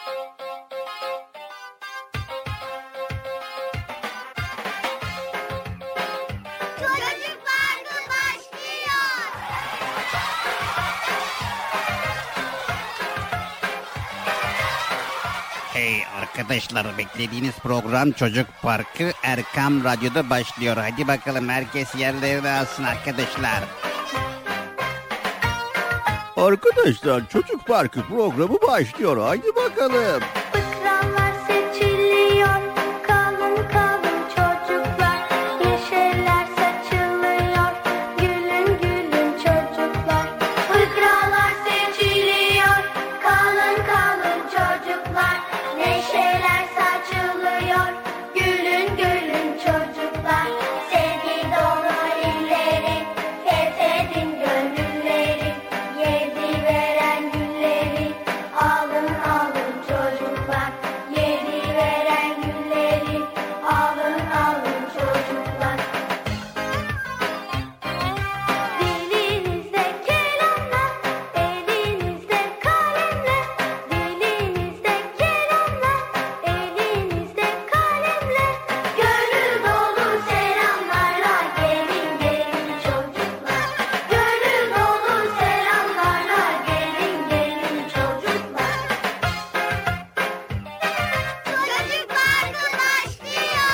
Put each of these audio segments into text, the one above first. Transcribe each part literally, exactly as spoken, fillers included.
Hey arkadaşlar, beklediğiniz program Çocuk Parkı Erkam Radyo'da başlıyor. Hadi bakalım, herkes yerlerini alsın arkadaşlar. Arkadaşlar, Çocuk Parkı programı başlıyor. Hadi bakalım. Fıkralar seçiliyor, kalın kalın çocuklar. Neşeler saçılıyor, gülün gülün çocuklar. Fıkralar seçiliyor, kalın kalın çocuklar. Neşeler saçılıyor, gülün gülün çocuklar. Sevgi dolu illerin, fethedin gönülleri. Yedi veren gülleri, alın alın çocuklar. Yedi veren gülleri, alın alın çocuklar. Dilinizde kelamlar, elinizde kalemler. Dilinizde kelamlar, elinizde kalemler. Gönül dolu selamlarla gelin gelin çocuklar. Gönül dolu selamlarla gelin gelin çocuklar. Çocuk Parkı başlıyor.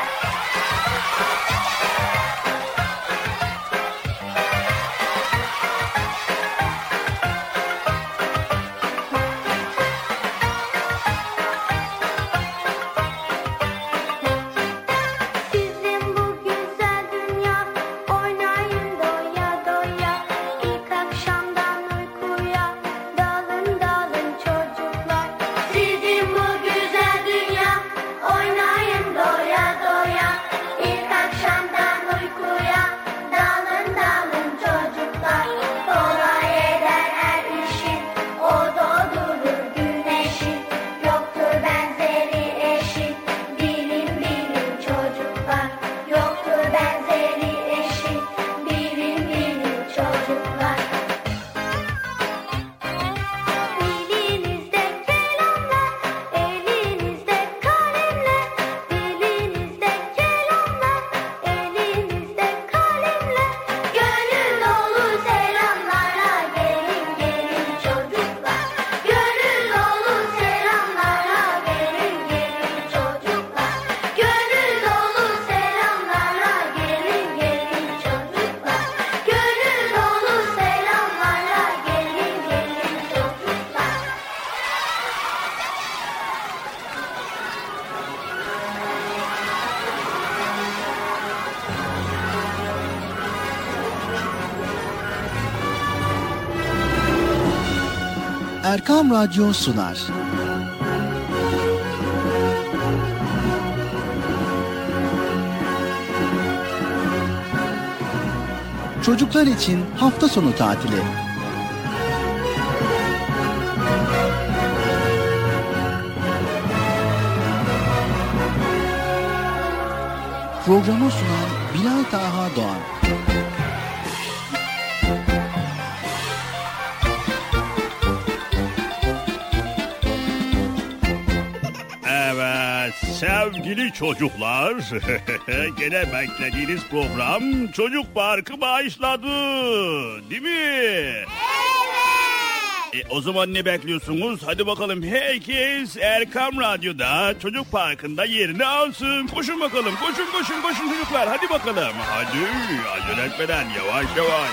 Sizin bu güzel dünya, oynayın doya doya. İlk akşamdan uykuya, dalın dalın çocuklar. Sizin bu güzel dünya, oynayın doya doya. İlk akşamdan uykuya, dalın dalın çocuklar. Kolay eder her işin, o doldurur güneşin. Yoktur benzeri eşin, bilin bilin çocuklar. Yoktur benzeri eşin, bilin bilin çocuklar. Dilinizde kelamlar, elinizde kalemler. Dilinizde kelamlar, elinizde kalemler. Gönül dolu selamlarla gelin gelin çocuklar. Gönül dolu selamlarla gelin gelin çocuklar. Gönül dolu selamlarla gelin gelin çocuklar. Gönül dolu selamlarla gelin gelin çocuklar. Erkam Radyo sunar. Çocuklar için hafta sonu tatili. Programı sunan Bilal Taha Doğan. Evet sevgili çocuklar, gene beklediğiniz program Çocuk Parkı başladı, değil mi? Evet. E, o zaman ne bekliyorsunuz? Hadi bakalım, herkes Erkam Radyo'da Çocuk Parkı'nda yerini alsın. Koşun bakalım, koşun koşun koşun çocuklar, hadi bakalım. Hadi acele etmeden yavaş yavaş.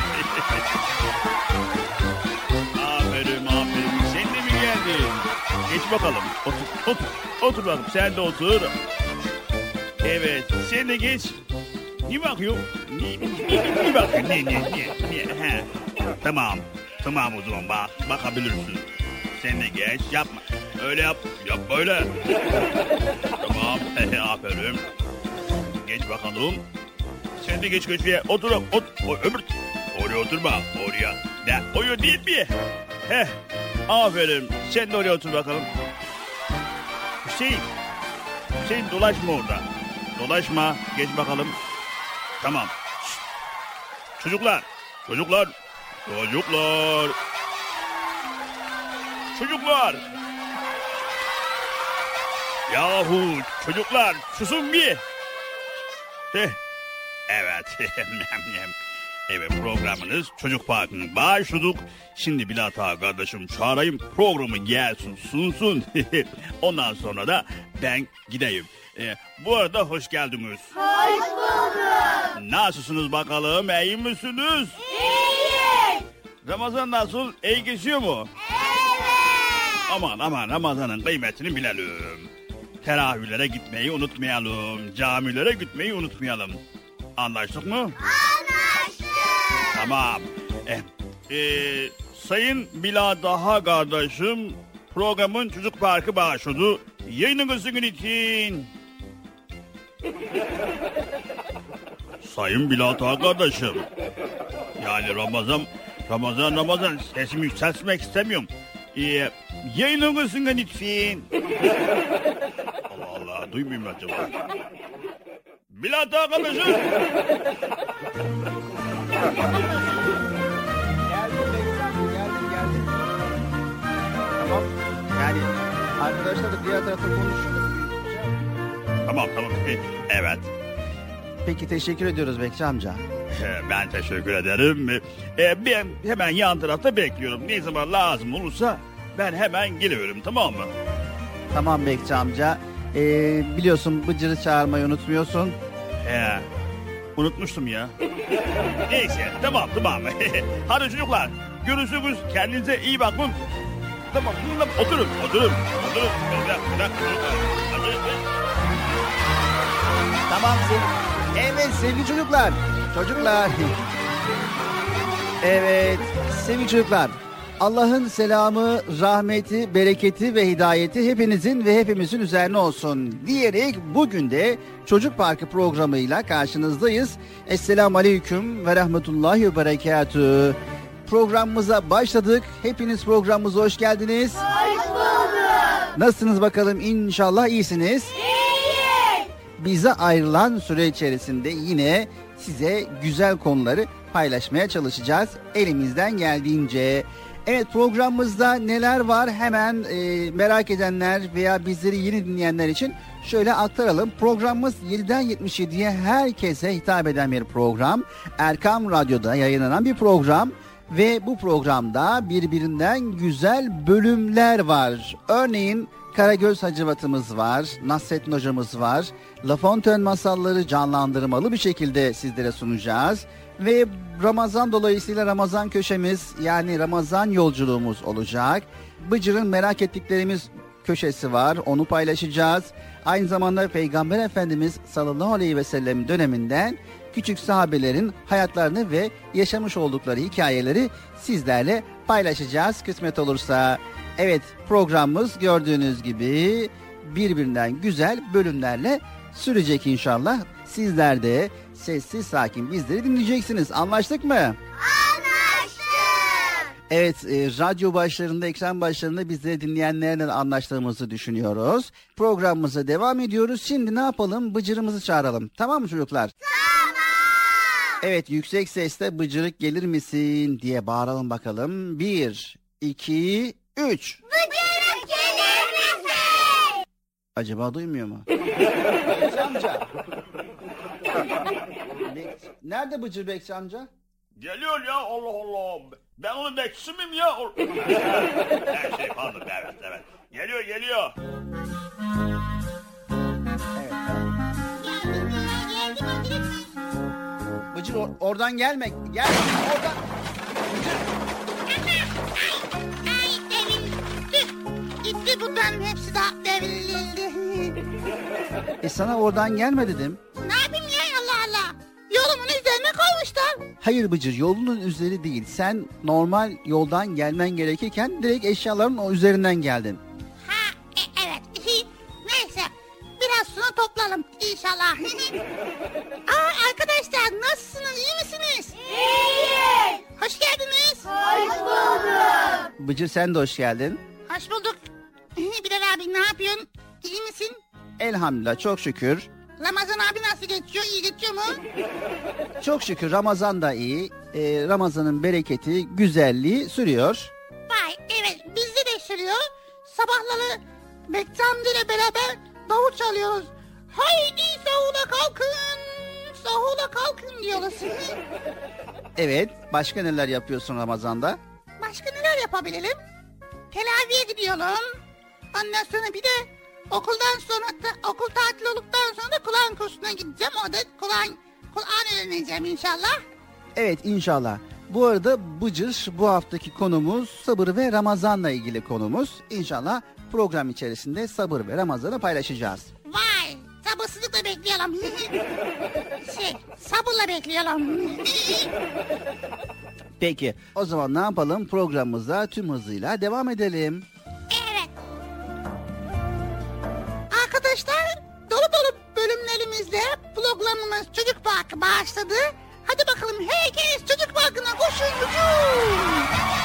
Aferin aferin, sen de mi geldin? Geç bakalım, otur otur. Otur bakalım, sen de otur. Evet, sen de geç. Ne bakıyor? Ne, ne, ne bakıyor? Ne, ne, ne, ne? He. Tamam, tamam o zaman bak, bakabilirsin. Sen de geç, yapma. Öyle yap, yap böyle. Tamam, aferin. Geç bakalım. Sen de geç köşeye, otur, otur. O, öbür, oraya oturma, oraya. De, oraya değil mi? Heh, aferin. Sen de oraya otur bakalım. Hüseyin, Hüseyin dolaşma orada. Dolaşma, geç bakalım. Tamam. Şişt. Çocuklar, çocuklar, çocuklar. Çocuklar. Yahu çocuklar susun bir. Heh. Evet. Evet, programınız Çocuk Parkı'nın başladık. Şimdi Bilat Ağa kardeşim çağırayım, programı gelsin sunsun. Ondan sonra da ben gideyim. Ee, bu arada hoş geldiniz. Hoş bulduk. Nasılsınız bakalım, iyi misiniz? İyiyiz. Ramazan nasıl, iyi geçiyor mu? Evet. Aman aman, Ramazan'ın kıymetini bilelim. Teravihlere gitmeyi unutmayalım. Camilere gitmeyi unutmayalım. Anlaştık mı? Anlaştık. Tamam. Eh, eh, Sayın Bilat Ağa kardeşim, programın Çocuk Parkı başladı. Yayınınızın için. Sayın Bilat Ağa kardeşim. Yani Ramazan, Ramazan, Ramazan sesimi yükseltmek istemiyorum. Ee, yayınınızın için. Allah Allah, duymuyor mu acaba? Bilat Ağa kardeşim. Geldim Bekçamcı, geldim geldim. Tamam. Yani arkadaşlar da diğer tarafta konuşuyoruz. Tamam tamam. Evet. Peki teşekkür ediyoruz Bekçi amca. Ben teşekkür ederim. Ee, Ben hemen yan tarafta bekliyorum. Ne zaman lazım olursa ben hemen geliyorum, tamam mı? Tamam Bekçi amca. Ee, biliyorsun Bıcır'ı çağırmayı unutmuyorsun. He, unutmuştum ya. Neyse, tamam tamam. Hadi çocuklar, görüşürüz. Kendinize iyi bakın. Tamam, tamam. Oturun, oturun. Oturun. Bir dakika, bir dakika. Hadi. Tamam sevgili. Evet sevgili çocuklar. Çocuklar. Evet sevgili çocuklar. Allah'ın selamı, rahmeti, bereketi ve hidayeti hepinizin ve hepimizin üzerine olsun diyerek bugün de Çocuk Parkı programıyla karşınızdayız. Esselamu Aleyküm ve Rahmetullahi ve Berekatühü. Programımıza başladık. Hepiniz programımıza hoş geldiniz. Hoş bulduk. Nasılsınız bakalım? İnşallah iyisiniz. İyiyiz. Bize ayrılan süre içerisinde yine size güzel konuları paylaşmaya çalışacağız elimizden geldiğince. Evet, programımızda neler var hemen e, merak edenler veya bizleri yeni dinleyenler için şöyle aktaralım. Programımız yediden yetmiş yediye herkese hitap eden bir program. Erkam Radyo'da yayınlanan bir program ve bu programda birbirinden güzel bölümler var. Örneğin Karagöz Hacivatımız var, Nasrettin Hocamız var. La Fontaine masalları canlandırmalı bir şekilde sizlere sunacağız. Ve Ramazan dolayısıyla Ramazan köşemiz, yani Ramazan yolculuğumuz olacak. Bıcır'ın merak ettiklerimiz köşesi var, onu paylaşacağız. Aynı zamanda Peygamber Efendimiz sallallahu aleyhi ve sellem döneminden küçük sahabelerin hayatlarını ve yaşamış oldukları hikayeleri sizlerle paylaşacağız kısmet olursa. Evet, programımız gördüğünüz gibi birbirinden güzel bölümlerle sürecek inşallah. Sizler de sessiz sakin bizleri dinleyeceksiniz. Anlaştık mı? Anlaştık. Evet, e, radyo başlarında, ekran başlarında bizleri dinleyenlerle anlaştığımızı düşünüyoruz. Programımıza devam ediyoruz. Şimdi ne yapalım? Bıcırımızı çağıralım. Tamam mı çocuklar? Tamam. Evet, yüksek sesle bıcırık gelir misin diye bağıralım bakalım. Bir, iki, üç. Bıcırık gelir misin? Acaba duymuyor mu? Bekçi amca. Bek- Nerede Bıcır Bekçi amca? Geliyor ya, Allah Allah. Ben onun bekçisi miyim ya? Her şey pardon, evet evet. Geliyor geliyor. Evet, tamam. Geldim ya, geldim Bıcırık. Bıcır or- oradan gelme. Gel oradan. Ay devrildi. Gitti bunların hepsi de devrildi. E sana oradan gelme dedim. Ne yapayım ya, Allah Allah. Yolumun üzerine koymuşlar. Hayır Bıcır, yolunun üzeri değil. Sen normal yoldan gelmen gerekirken direkt eşyaların o üzerinden geldin. Ha e, evet. Neyse biraz sonra toplayalım inşallah. Aa, arkadaşlar nasılsınız, iyi misiniz? İyiyiz. Hoş geldiniz. Hoş bulduk. Bıcır sen de hoş geldin. Hoş bulduk. Bilal abi ne yapıyorsun? İyi misin? Elhamdülillah, çok şükür. Ramazan abi nasıl geçiyor? İyi geçiyor mu? Çok şükür Ramazan da iyi. Ee, Ramazan'ın bereketi, güzelliği sürüyor. Vay evet bizde de sürüyor. Sabahları Bekçi amcayla beraber davul çalıyoruz. Haydi sahura kalkın, sahura kalkın diyoruz. Evet, başka neler yapıyorsun Ramazan'da? Başka neler yapabilirim? Telaviye gidiyorum. Ondan sonra bir de okuldan sonra da, okul tatil olduktan sonra da Kur'an kursuna gideceğim. Orada Kur'an Kur'an öğreneceğim inşallah. Evet, inşallah. Bu arada Bıcır bu haftaki konumuz sabır ve Ramazan'la ilgili konumuz. İnşallah program içerisinde sabır ve Ramazan'ı paylaşacağız. Vay, sabırsızlıkla bekleyelim. şey, sabırla bekleyelim. Peki, o zaman ne yapalım? Programımıza tüm hızıyla devam edelim. Evet. Arkadaşlar, dolu dolu bölümlerimizde programımız Çocuk Parkı başladı. Hadi bakalım herkes Çocuk Parkı'na koşun hücum.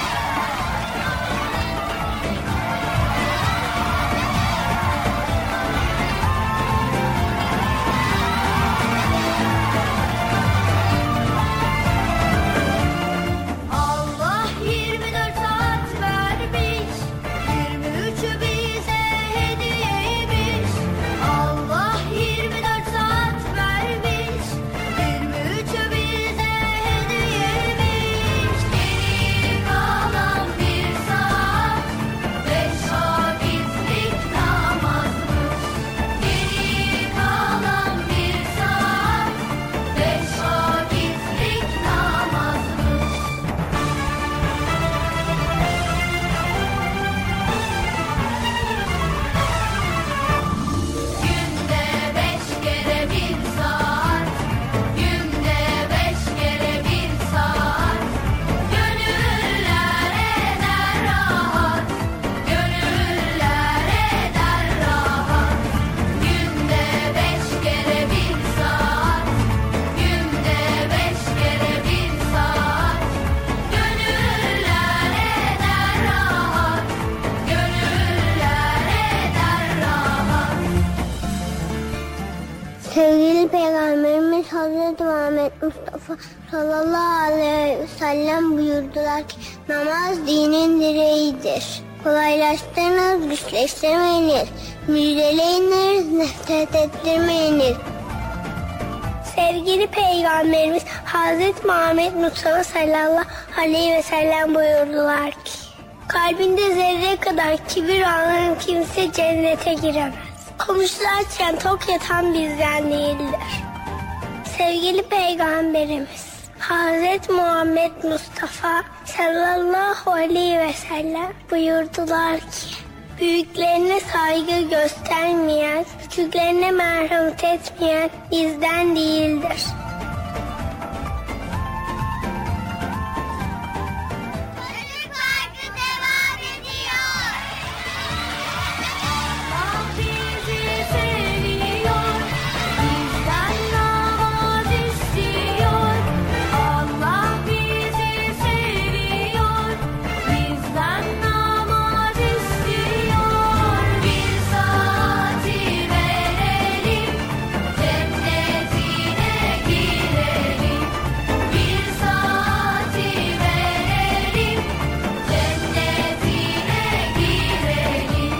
Allah yirmi dört saat vermiş, yirmi üçü bize hediyeymiş. Allah yirmi dört saat vermiş, yirmi üçü bize hediyeymiş. Geri kalan bir saat, beş vakitlik namazmış. Geri kalan bir saat, beş vakitlik namazmış. Günde beş kere bir saat, günde beş kere bir saat, gönüller eder rahat, gönüller eder rahat. Günde beş kere bir saat, günde beş kere bir saat, gönüller eder rahat, gönüller eder rahat. Sevgili Peygamberimiz Hazreti Muhammed Mustafa sallallahu aleyhi ve sellem buyurdular ki namaz dinin direğidir. Kolaylaştırınız, güçleştirmeyiniz, müjdeleyiniz, nefret ettirmeyiniz. Sevgili Peygamberimiz Hazreti Muhammed Mustafa sallallahu aleyhi ve sellem buyurdular ki kalbinde zerre kadar kibir olan kimse cennete giremez. Komşular tok yatan bizden değildir. Sevgili Peygamberimiz Hazreti Muhammed Mustafa sallallahu aleyhi ve sellem buyurdular ki büyüklerine saygı göstermeyen, küçüklerine merhamet etmeyen bizden değildir. Çocuk Parkı devam ediyor. Allah bizi seviyor, bizden namaz istiyor. Allah bizi seviyor, bizden namaz istiyor. Bir saati verelim, cennetine girelim. Bir saati verelim, cennetine girelim.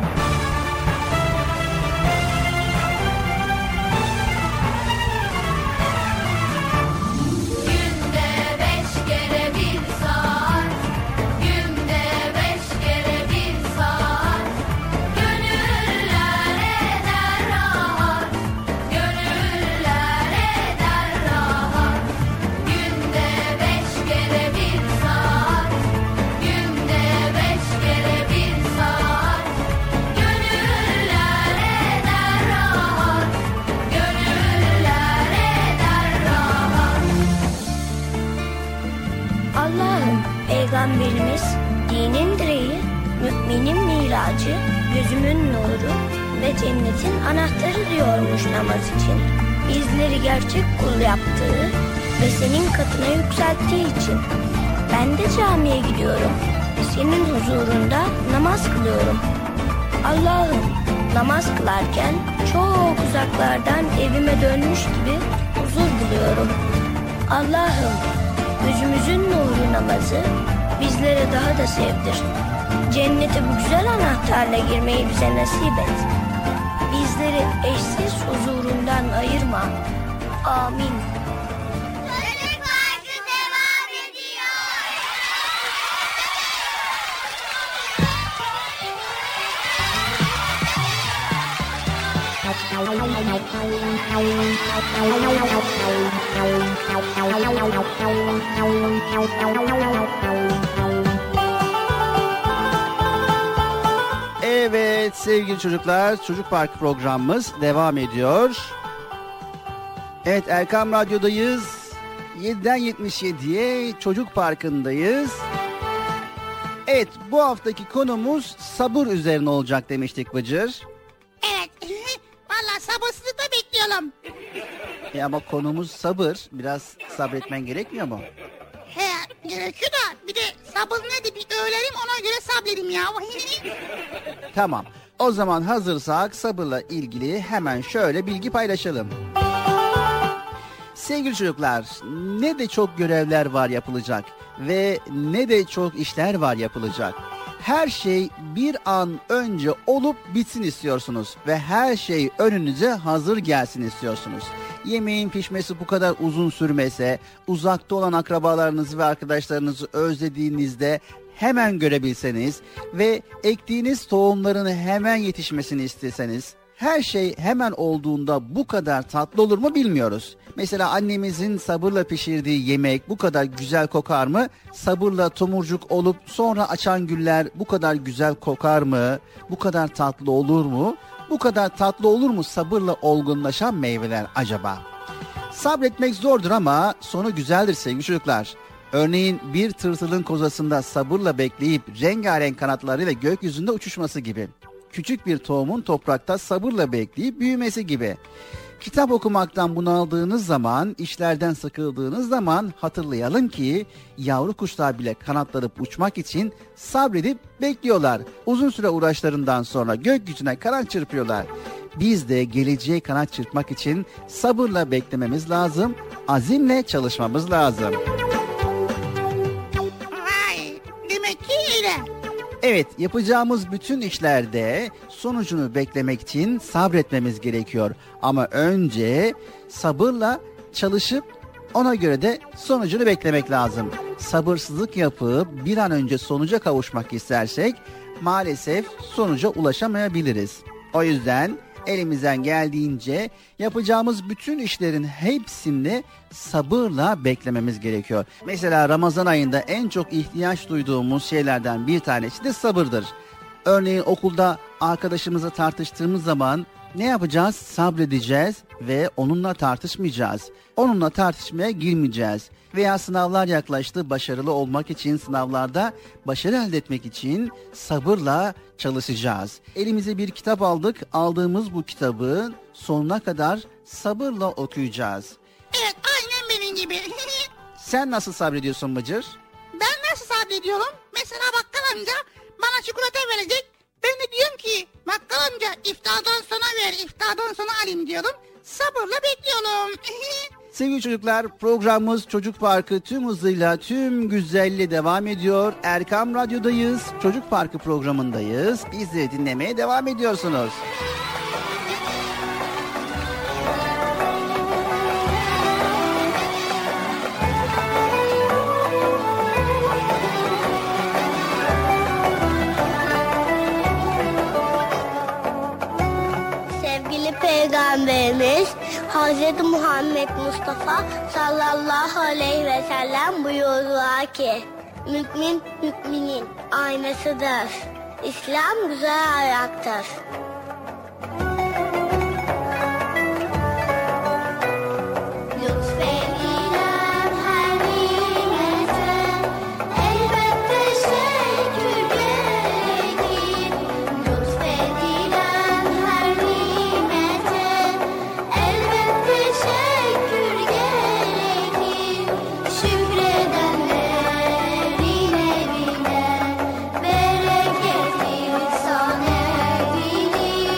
Günde beş kere bir saat, günde beş kere bir saat, gönüller eder rahat, gönüller eder rahat. Günde beş kere bir saat, günde beş kere bir saat, gönüller eder rahat, gönüller eder rahat. Allah'ım, Peygamberimiz, dinin direği, müminin miracı, gözümün nuru ve cennetin anahtarı diyormuş namaz için. Bizleri gerçek kul yaptığı ve senin katına yükselttiği için. Ben de camiye gidiyorum. Senin huzurunda namaz kılıyorum. Allah'ım, namaz kılarken çok uzaklardan evime dönmüş gibi huzur buluyorum. Allah'ım, gözümüzün nuru namazı bizlere daha da sevdir. Cennete bu güzel anahtarla girmeyi bize nasip et. Bizleri bizleri eşsiz huzurundan ayırma. Amin. Çocuk Parkı devam ediyor. Evet sevgili çocuklar, Çocuk Parkı programımız devam ediyor. Evet, Erkam Radyo'dayız. yediden yetmiş yediye Çocuk Parkı'ndayız. Evet, bu haftaki konumuz sabır üzerine olacak demiştik Bıcır. Evet. Vallahi sabırsızlıkla bekliyorum. E ama konumuz sabır. Biraz sabretmen gerekmiyor mu? He, gerekiyor da bir de sabır nedir bir öğrenim, ona göre sabredim ya. Tamam. O zaman hazırsak sabırla ilgili hemen şöyle bilgi paylaşalım. Sevgili çocuklar, ne de çok görevler var yapılacak ve ne de çok işler var yapılacak. Her şey bir an önce olup bitsin istiyorsunuz ve her şey önünüze hazır gelsin istiyorsunuz. Yemeğin pişmesi bu kadar uzun sürmese, uzakta olan akrabalarınızı ve arkadaşlarınızı özlediğinizde hemen görebilseniz ve ektiğiniz tohumların hemen yetişmesini isteseniz, her şey hemen olduğunda bu kadar tatlı olur mu bilmiyoruz. Mesela annemizin sabırla pişirdiği yemek bu kadar güzel kokar mı? Sabırla tomurcuk olup sonra açan güller bu kadar güzel kokar mı? Bu kadar tatlı olur mu? Bu kadar tatlı olur mu sabırla olgunlaşan meyveler acaba? Sabretmek zordur ama sonu güzeldir sevgili çocuklar. Örneğin bir tırtılın kozasında sabırla bekleyip rengarenk kanatlarıyla gökyüzünde uçuşması gibi. Küçük bir tohumun toprakta sabırla bekleyip büyümesi gibi. Kitap okumaktan bunaldığınız zaman, işlerden sıkıldığınız zaman hatırlayalım ki yavru kuşlar bile kanatlanıp uçmak için sabredip bekliyorlar. Uzun süre uğraşlarından sonra gökyüzüne kanat çırpıyorlar. Biz de geleceğe kanat çırpmak için sabırla beklememiz lazım, azimle çalışmamız lazım. Vay, demek ki öyle. Evet, yapacağımız bütün işlerde sonucunu beklemek için sabretmemiz gerekiyor. Ama önce sabırla çalışıp ona göre de sonucunu beklemek lazım. Sabırsızlık yapıp bir an önce sonuca kavuşmak istersek maalesef sonuca ulaşamayabiliriz. O yüzden elimizden geldiğince yapacağımız bütün işlerin hepsini sabırla beklememiz gerekiyor. Mesela Ramazan ayında en çok ihtiyaç duyduğumuz şeylerden bir tanesi de sabırdır. Örneğin okulda arkadaşımızla tartıştığımız zaman ne yapacağız? Sabredeceğiz ve onunla tartışmayacağız. Onunla tartışmaya girmeyeceğiz. Veya sınavlar yaklaştı, başarılı olmak için, sınavlarda başarı elde etmek için sabırla çalışacağız. Elimize bir kitap aldık, aldığımız bu kitabı sonuna kadar sabırla okuyacağız. Evet, aynen benim gibi. Sen nasıl sabrediyorsun Bıcır? Ben nasıl sabrediyorum? Mesela bakkal amca bana çikolata verecek. Ben de diyorum ki bakkal amca iftardan sonra ver, iftardan sonra alayım diyorum. Sabırla bekliyorum. Sevgili çocuklar, programımız Çocuk Parkı tüm hızıyla, tüm güzelliğiyle devam ediyor. Erkam Radyo'dayız, Çocuk Parkı programındayız. Bizleri dinlemeye devam ediyorsunuz. Sevgili Peygamberimiz Hz. Muhammed Mustafa sallallahu aleyhi ve sellem buyurdular ki mümin müminin aynasıdır. İslam güzel ayaktır. Lütfedilen her nimete elbette şükür gerekir. Lütfedilen her nimete elbette şükür gerekir. Şükredenlerin evine bereket ihsan edilir.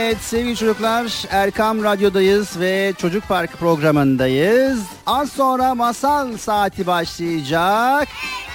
Evet sevgili çocuklar, Erkam Radyo'dayız ve Çocuk Parkı programındayız. Az sonra masal saati başlayacak.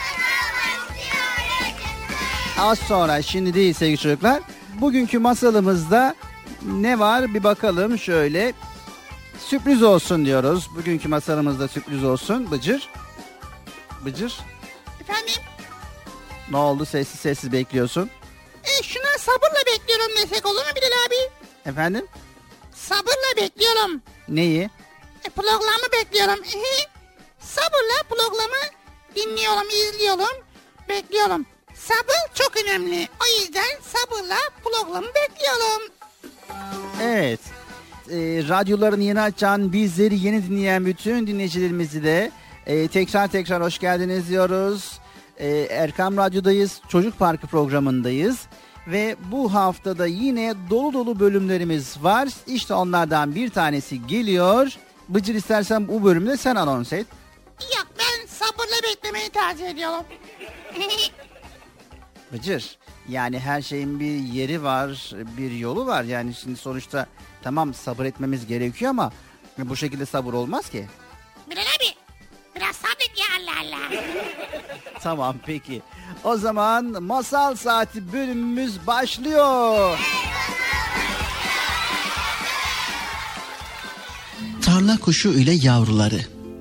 Az sonra, şimdi değil sevgili çocuklar. Bugünkü masalımızda ne var bir bakalım şöyle. Sürpriz olsun diyoruz. Bugünkü masalımızda sürpriz olsun. Bıcır. Bıcır. Efendim? Ne oldu, sessiz sessiz bekliyorsun? E şuna sabırla bekliyorum desek olur mu Bilal abi? Efendim? Sabırla bekliyorum. Neyi? E, programı bekliyorum. Sabırla programı dinliyorum, izliyorum, bekliyorum. Sabır çok önemli. O yüzden sabırla programı bekliyorum. Evet. E, radyolarını yeni açan, bizleri yeni dinleyen bütün dinleyicilerimizi de e, tekrar tekrar hoş geldiniz diyoruz. E, Erkam Radyo'dayız, Çocuk Parkı programındayız. Ve bu haftada yine dolu dolu bölümlerimiz var. İşte onlardan bir tanesi geliyor. Bıcır, istersen bu bölümde sen anons et. Yok, ben sabırla beklemeyi tercih ediyorum. Bıcır, yani her şeyin bir yeri var, bir yolu var. Yani şimdi sonuçta tamam sabır etmemiz gerekiyor ama bu şekilde sabır olmaz ki. Bilal abi, biraz sabret ya, Allah Allah. Tamam peki. O zaman masal saati bölümümüz başlıyor. Tarla kuşu ile yavruları.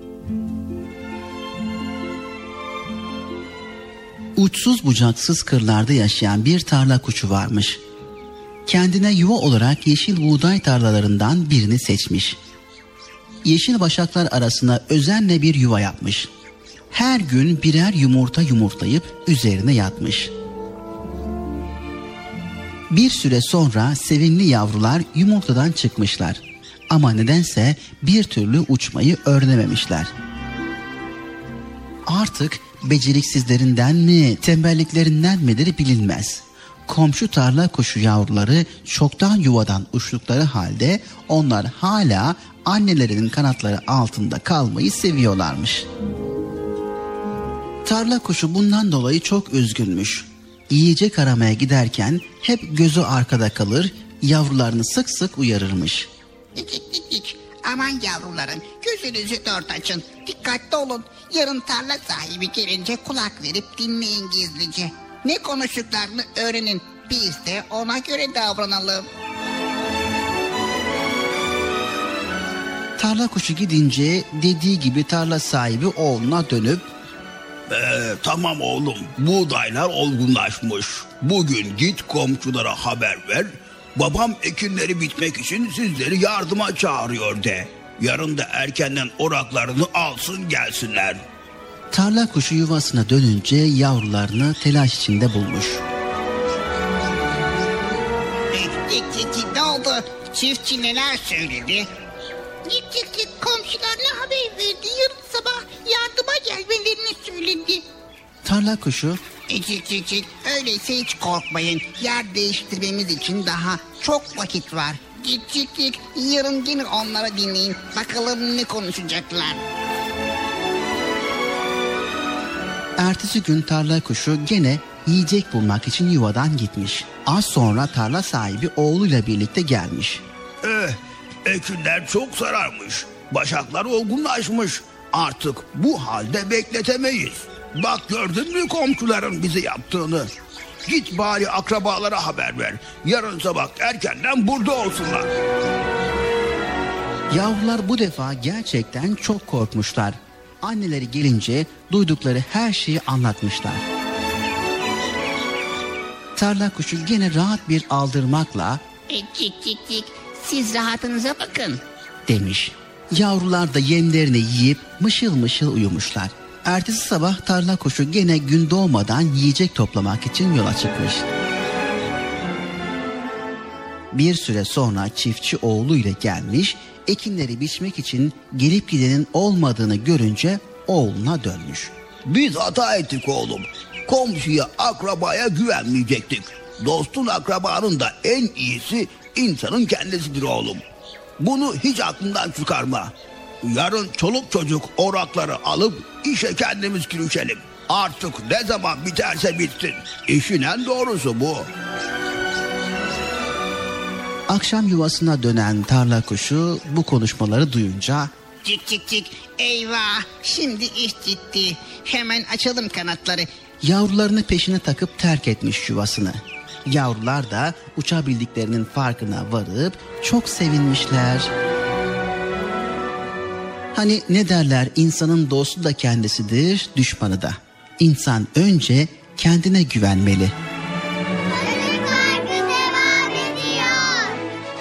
Uçsuz bucaksız kırlarda yaşayan bir tarla kuşu varmış. Kendine yuva olarak yeşil buğday tarlalarından birini seçmiş. Yeşil başaklar arasına özenle bir yuva yapmış. Her gün birer yumurta yumurtlayıp üzerine yatmış. Bir süre sonra sevimli yavrular yumurtadan çıkmışlar. Ama nedense bir türlü uçmayı öğrenememişler. Artık beceriksizlerinden mi, tembelliklerinden midir bilinmez. Komşu tarla kuşu yavruları çoktan yuvadan uçtukları halde onlar hala annelerinin kanatları altında kalmayı seviyorlarmış. Tarla kuşu bundan dolayı çok üzgünmüş. Yiyecek aramaya giderken hep gözü arkada kalır, yavrularını sık sık uyarırmış. Dik dik dik. Aman yavrularım, gözünüzü dört açın. Dikkatli olun. Yarın tarla sahibi gelince kulak verip dinleyin gizlice. Ne konuştuklarını öğrenin. Biz de ona göre davranalım. Tarla kuşu gidince dediği gibi tarla sahibi oğluna dönüp Ee, tamam oğlum, buğdaylar olgunlaşmış. Bugün git komşulara haber ver. Babam ekinleri bitmek için sizleri yardıma çağırıyor de. Yarın da erkenden oraklarını alsın gelsinler. tarla kuşu yuvasına dönünce yavrularını telaş içinde bulmuş. Dik dik dik dik. Ne oldu? Çiftçi neler söyledi? Dik dik dik. Komşularına haber verdi. Yarın sabah yardıma gelmelerini söyledi. Tarla kuşu Cik cik cik. Öyleyse hiç korkmayın. Yer değiştirmemiz için daha çok vakit var. Cik cik cik. Yarın gelin onlara dinleyin. Bakalım ne konuşacaklar. ertesi gün tarla kuşu gene yiyecek bulmak için yuvadan gitmiş. Az sonra tarla sahibi oğluyla birlikte gelmiş. Eh, ekinler çok sararmış. Başaklar olgunlaşmış. Artık bu halde bekletemeyiz. Bak gördün mü komşuların bize yaptığını? Git bari akrabalara haber ver. Yarın sabah erkenden burada olsunlar. Yavrular bu defa gerçekten çok korkmuşlar. Anneleri gelince duydukları her şeyi anlatmışlar. Tarla kuşu gene rahat bir aldırmakla E, cik cik cik. Siz rahatınıza bakın. demiş. Yavrular da yemlerini yiyip mışıl mışıl uyumuşlar. Ertesi sabah tarla kuşu gene gün doğmadan yiyecek toplamak için yola çıkmış. Bir süre sonra çiftçi oğluyla gelmiş, ekinleri biçmek için gelip gidenin olmadığını görünce oğluna dönmüş. Biz hata ettik oğlum. Komşuya, akrabaya güvenmeyecektik. Dostun, akrabanın da en iyisi insanın kendisidir oğlum. Bunu hiç aklından çıkarma. Yarın çoluk çocuk orakları alıp işe kendimiz girişelim. Artık ne zaman biterse bitsin. İşin en doğrusu bu. Akşam yuvasına dönen tarla kuşu bu konuşmaları duyunca Cik cik cik, eyvah, şimdi iş ciddi. Hemen açalım kanatları. yavrularını peşine takıp terk etmiş yuvasını. Yavrular da uçabildiklerinin farkına varıp çok sevinmişler. Hani ne derler, insanın dostu da kendisidir, düşmanı da. İnsan önce kendine güvenmeli. Çocuk Parkı devam ediyor.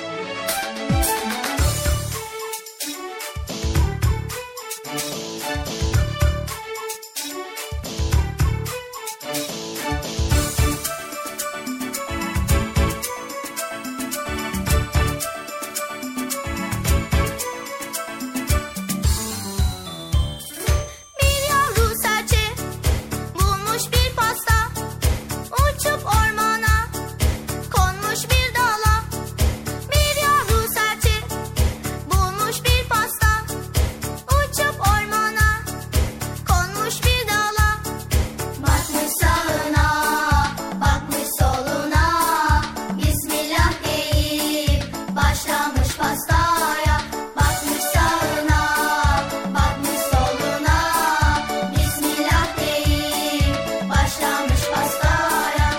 Bir yavru serçe bulmuş bir pasta, uçup ormana konmuş bir dala. Bir yavru serçe bulmuş bir pasta, uçup ormana konmuş bir dala. Bakmış sağına, bakmış soluna, Bismillah deyip başlamış pastaya. Bakmış sağına, bakmış soluna, Bismillah deyip başlamış pastaya.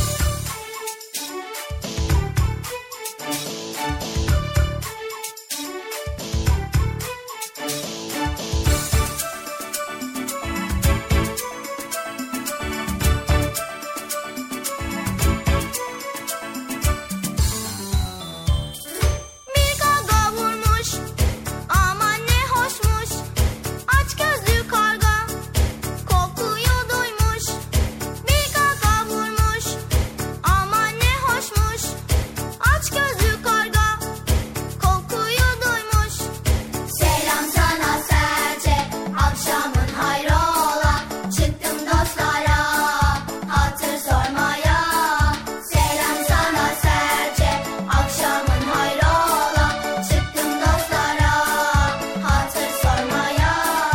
Bir kavga vurmuş, aman ne hoşmuş. Aç gözlü karga, kokuyu duymuş. Bir kavga vurmuş, aman ne hoşmuş. Aç gözlü karga, kokuyu duymuş. Selam sana serçe, akşamın hayrola. Çıktım dostlara, hatır sormaya. Selam sana serçe, akşamın hayrola. Çıktım dostlara, hatır sormaya.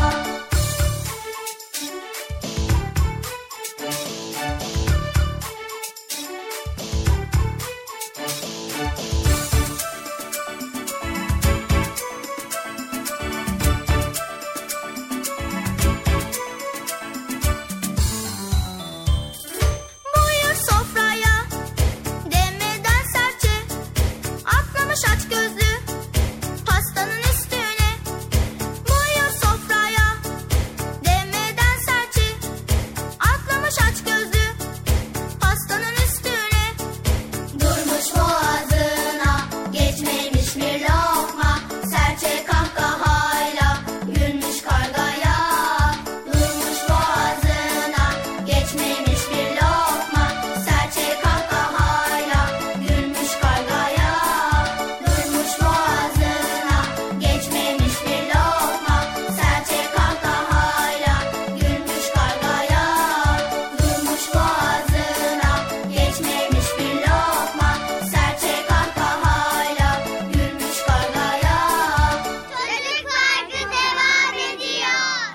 Buyur sofraya demeden serçe, atlamış aç gözlü pastanın üstüne. Buyur sofraya demeden serçe, atlamış aç gözlü pastanın üstüne. Durmuş boğazına, geçmemiş bir lokma. Serçe kahkahayla gülmüş kargaya. Durmuş boğazına, geçmemiş bir lokma. Serçe kahkahayla gülmüş kargaya. Durmuş boğazına, geçmemiş bir lokma. Serçe kahkahayla gülmüş kargaya. Durmuş boğazına, geçmemiş bir lokma. Serçe kahkahayla gülmüş kargaya. Çocuk Parkı devam ediyor.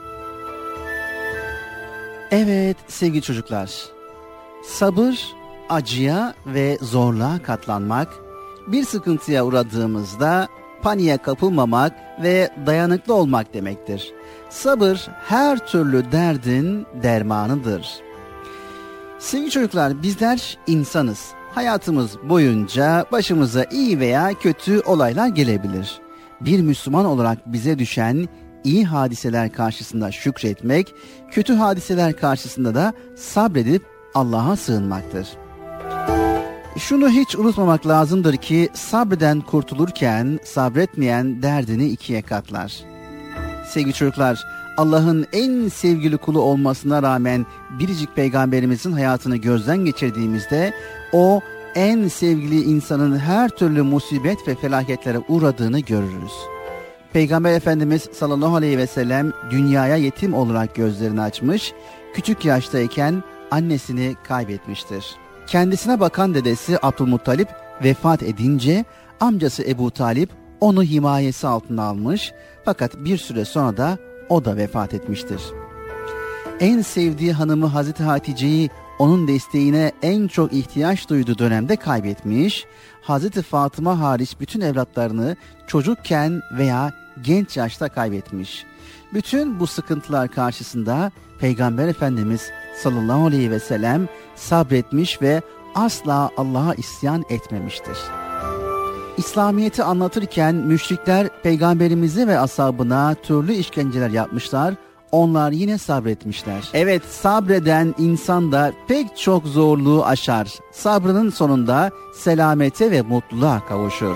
Evet sevgili çocuklar, sabır, acıya ve zorluğa katlanmak, bir sıkıntıya uğradığımızda paniğe kapılmamak ve dayanıklı olmak demektir. Sabır her türlü derdin dermanıdır. Sevgili çocuklar, bizler insanız. Hayatımız boyunca başımıza iyi veya kötü olaylar gelebilir. Bir Müslüman olarak bize düşen iyi hadiseler karşısında şükretmek, kötü hadiseler karşısında da sabredip Allah'a sığınmaktır. Şunu hiç unutmamak lazımdır ki sabreden kurtulurken sabretmeyen derdini ikiye katlar. Sevgili çocuklar, Allah'ın en sevgili kulu olmasına rağmen biricik peygamberimizin hayatını gözden geçirdiğimizde o en sevgili insanın her türlü musibet ve felaketlere uğradığını görürüz. Peygamber Efendimiz sallallahu aleyhi ve sellem dünyaya yetim olarak gözlerini açmış, küçük yaştayken annesini kaybetmiştir. Kendisine bakan dedesi Abdülmuttalip vefat edince amcası Ebu Talip onu himayesi altına almış, fakat bir süre sonra da o da vefat etmiştir. En sevdiği hanımı Hazreti Hatice'yi onun desteğine en çok ihtiyaç duyduğu dönemde kaybetmiş. Hazreti Fatıma hariç bütün evlatlarını çocukken veya genç yaşta kaybetmiş. Bütün bu sıkıntılar karşısında Peygamber Efendimiz sallallahu aleyhi ve sellem sabretmiş ve asla Allah'a isyan etmemiştir. İslamiyet'i anlatırken müşrikler peygamberimizi ve ashabına türlü işkenceler yapmışlar. Onlar yine sabretmişler. Evet, sabreden insan da pek çok zorluğu aşar. Sabrının sonunda selamete ve mutluluğa kavuşur.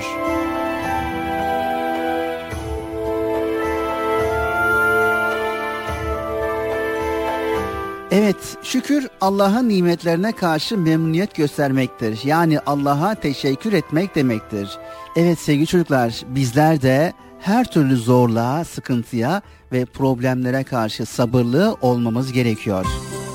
Evet, şükür Allah'ın nimetlerine karşı memnuniyet göstermektir. Yani Allah'a teşekkür etmek demektir. Evet sevgili çocuklar, bizler de her türlü zorluğa, sıkıntıya ve problemlere karşı sabırlı olmamız gerekiyor.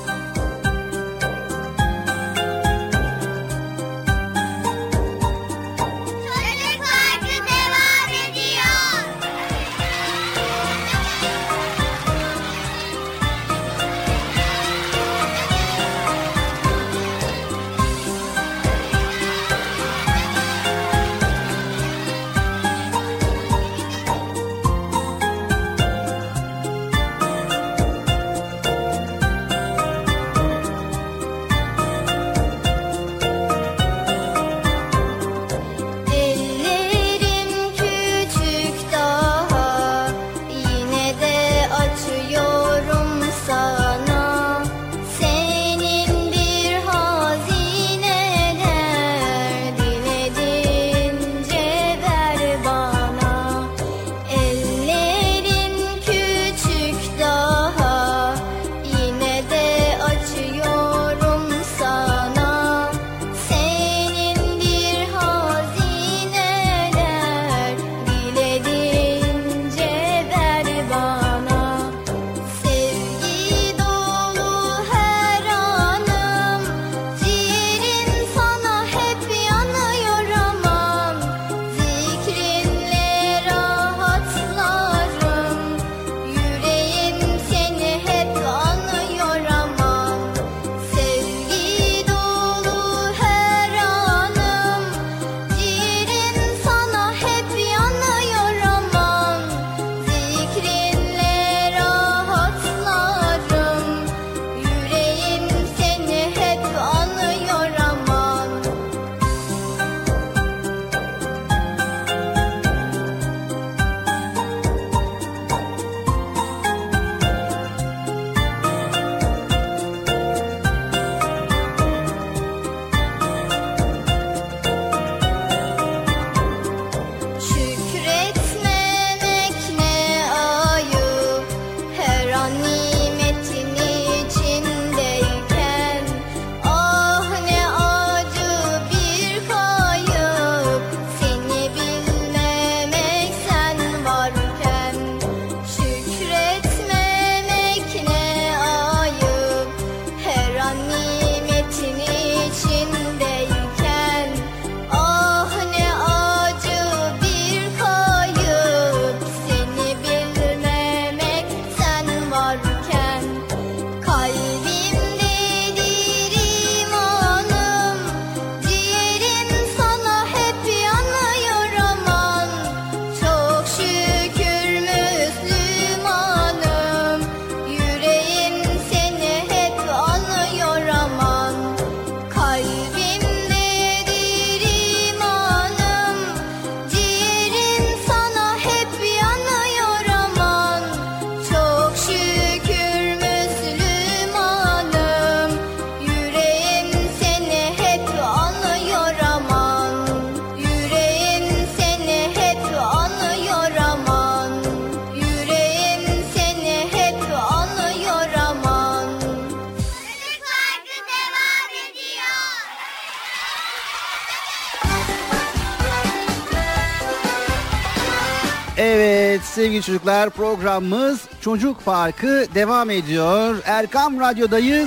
Evet sevgili çocuklar, programımız Çocuk Parkı devam ediyor. Erkam Radyo'dayız.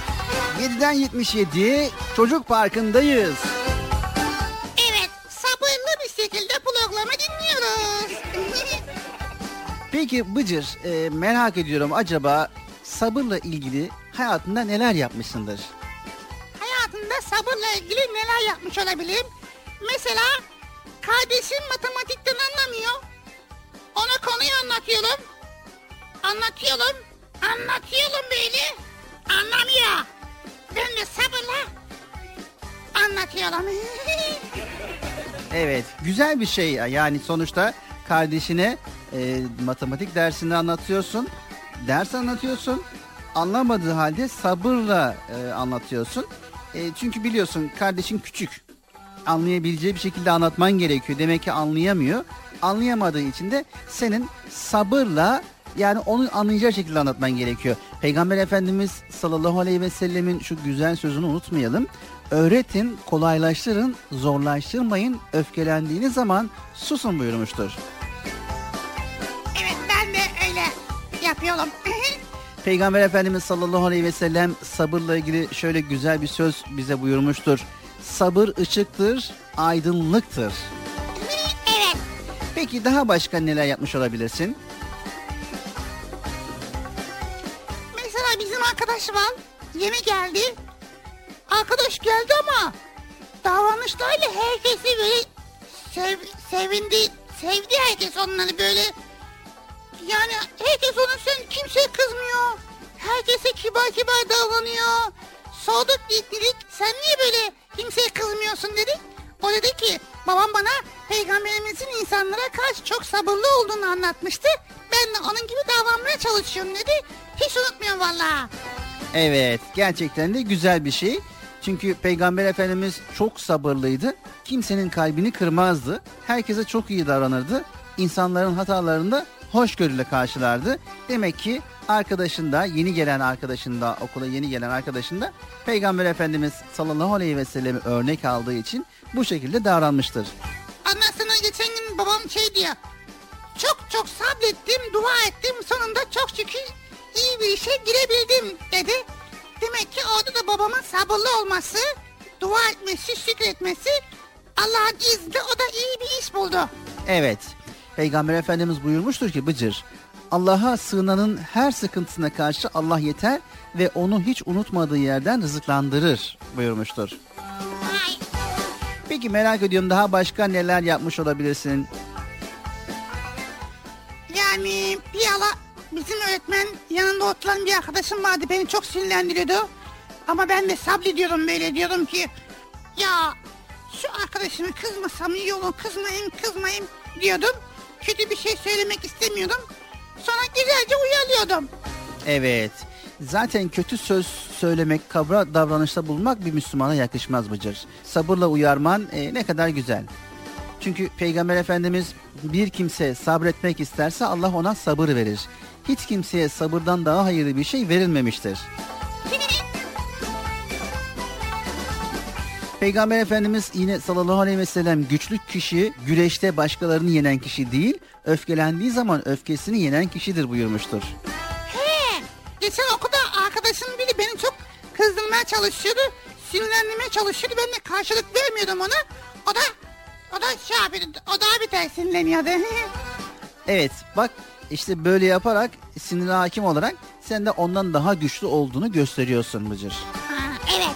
yediden yetmiş yedi Çocuk Parkı'ndayız. Evet, sabırlı bir şekilde programı dinliyoruz. Peki Bıcır, e, merak ediyorum, acaba sabırla ilgili hayatında neler yapmışsındır? sabırla ilgili neler yapmış olabilirim? Mesela kardeşim matematikten anlamıyor. Ona konuyu anlatıyorum. Anlatıyorum. Anlatıyorum böyle. Anlamıyor. Ben de sabırla anlatıyorum. Evet, güzel bir şey yani sonuçta kardeşine e, matematik dersini anlatıyorsun, ders anlatıyorsun, anlamadığı halde sabırla e, anlatıyorsun. E, çünkü biliyorsun kardeşin küçük, anlayabileceği bir şekilde anlatman gerekiyor. Demek ki anlayamıyor, anlayamadığı için de senin sabırla yani onu anlayacağı şekilde anlatman gerekiyor. Peygamber Efendimiz sallallahu aleyhi ve sellemin şu güzel sözünü unutmayalım. Öğretin, kolaylaştırın, zorlaştırmayın, öfkelendiğiniz zaman susun buyurmuştur. Evet, ben de öyle yapıyorum. Peygamber Efendimiz sallallahu aleyhi ve sellem sabırla ilgili şöyle güzel bir söz bize buyurmuştur. Sabır ışıktır, aydınlıktır. Evet. Peki daha başka neler yapmış olabilirsin? Mesela bizim arkadaş var, yeni geldi. Arkadaş geldi ama davranışlarıyla herkesi böyle sev, sevindi, sevdi herkes onları böyle. Yani herkes onun sen kimseye kızmıyor. Herkese kibar kibar davranıyor. Sorduk dedik, sen niye böyle kimseye kızmıyorsun dedik. O dedi ki babam bana peygamberimizin insanlara karşı çok sabırlı olduğunu anlatmıştı. Ben de onun gibi davranmaya çalışıyorum dedi. Hiç unutmuyorum valla. Evet, gerçekten de güzel bir şey. Çünkü Peygamber Efendimiz çok sabırlıydı. Kimsenin kalbini kırmazdı. Herkese çok iyi davranırdı. İnsanların hatalarını da hoşgörüyle karşılardı. Demek ki arkadaşında, yeni gelen arkadaşında, okula yeni gelen arkadaşında Peygamber Efendimiz sallallahu aleyhi ve sellemi örnek aldığı için bu şekilde davranmıştır. Anlasana geçen gün babam şey diyor. Çok çok sabrettim, dua ettim, sonunda çok şükür iyi bir işe girebildim dedi. Demek ki orada da babamın sabırlı olması, dua etmesi, şükretmesi, Allah'ın izniyle o da iyi bir iş buldu. Evet, Peygamber Efendimiz buyurmuştur ki Bıcır, Allah'a sığınanın her sıkıntısına karşı Allah yeter ve onu hiç unutmadığı yerden rızıklandırır buyurmuştur. Ay. Peki merak ediyorum daha başka neler yapmış olabilirsin? Yani bir ala bizim öğretmen yanında oturan bir arkadaşım vardı, beni çok sinirlendiriyordu. Ama ben de sabrediyorum, böyle diyorum ki ya şu arkadaşımı kızmasam iyi olur, kızmayayım kızmayayım diyordum. Kötü bir şey söylemek istemiyordum. Sonra güzelce uyarıyordum. Evet, zaten kötü söz söylemek, kaba davranışta bulunmak bir Müslümana yakışmaz Bıcır. Sabırla uyarman e, ne kadar güzel. Çünkü Peygamber Efendimiz bir kimse sabretmek isterse Allah ona sabır verir. Hiç kimseye sabırdan daha hayırlı bir şey verilmemiştir. Peygamber Efendimiz yine sallallahu aleyhi ve sellem güçlü kişi güreşte başkalarını yenen kişi değil, öfkelendiği zaman öfkesini yenen kişidir buyurmuştur. He, geçen okulda arkadaşım biri beni çok kızdırmaya çalışıyordu, sinirlendirmeye çalışıyordu. Ben de karşılık vermiyordum ona. O da o da şey yapıyordu, o daha bir ters sinirleniyordu. Evet, bak işte böyle yaparak sinirine hakim olarak sen de ondan daha güçlü olduğunu gösteriyorsun Bıcır. Ha, evet.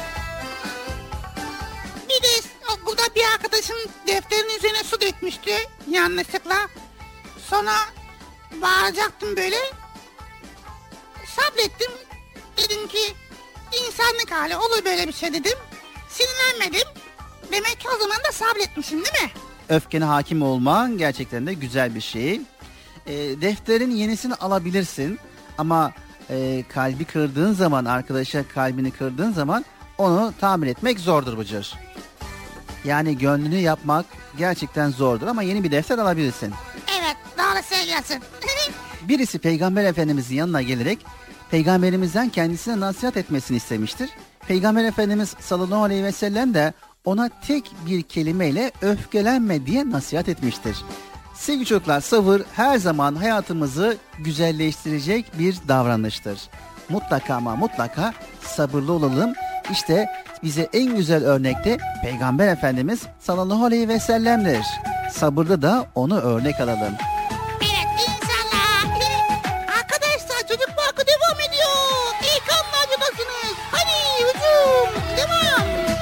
Bir de okulda bir arkadaşım defterin üzerine su dökmüştü yanlışlıkla. Sonra bağıracaktım böyle. Sabrettim. Dedim ki insanlık hali, olur böyle bir şey dedim. Sinirlenmedim. Demek ki o zaman da sabretmişim değil mi? Öfkene hakim olman gerçekten de güzel bir şey. E, defterin yenisini alabilirsin ama e, kalbi kırdığın zaman, arkadaşa kalbini kırdığın zaman onu tamir etmek zordur Bıcır. Yani gönlünü yapmak gerçekten zordur ama yeni bir defter alabilirsin. Evet, doğru söylüyorsun. Birisi Peygamber Efendimizin yanına gelerek Peygamberimizden kendisine nasihat etmesini istemiştir. Peygamber Efendimiz sallallahu aleyhi ve sellem de ona tek bir kelimeyle öfkelenme diye nasihat etmiştir. Sevgili çocuklar, sabır her zaman hayatımızı güzelleştirecek bir davranıştır. Mutlaka ama mutlaka sabırlı olalım. İşte bize en güzel örnekte Peygamber Efendimiz sallallahu aleyhi ve sellem'dir. Sabırda da onu örnek alalım. Evet, inşallah. Arkadaşlar, çocuk parkı devam ediyor. İlk anlar buradasınız. Hadi hücum, devam.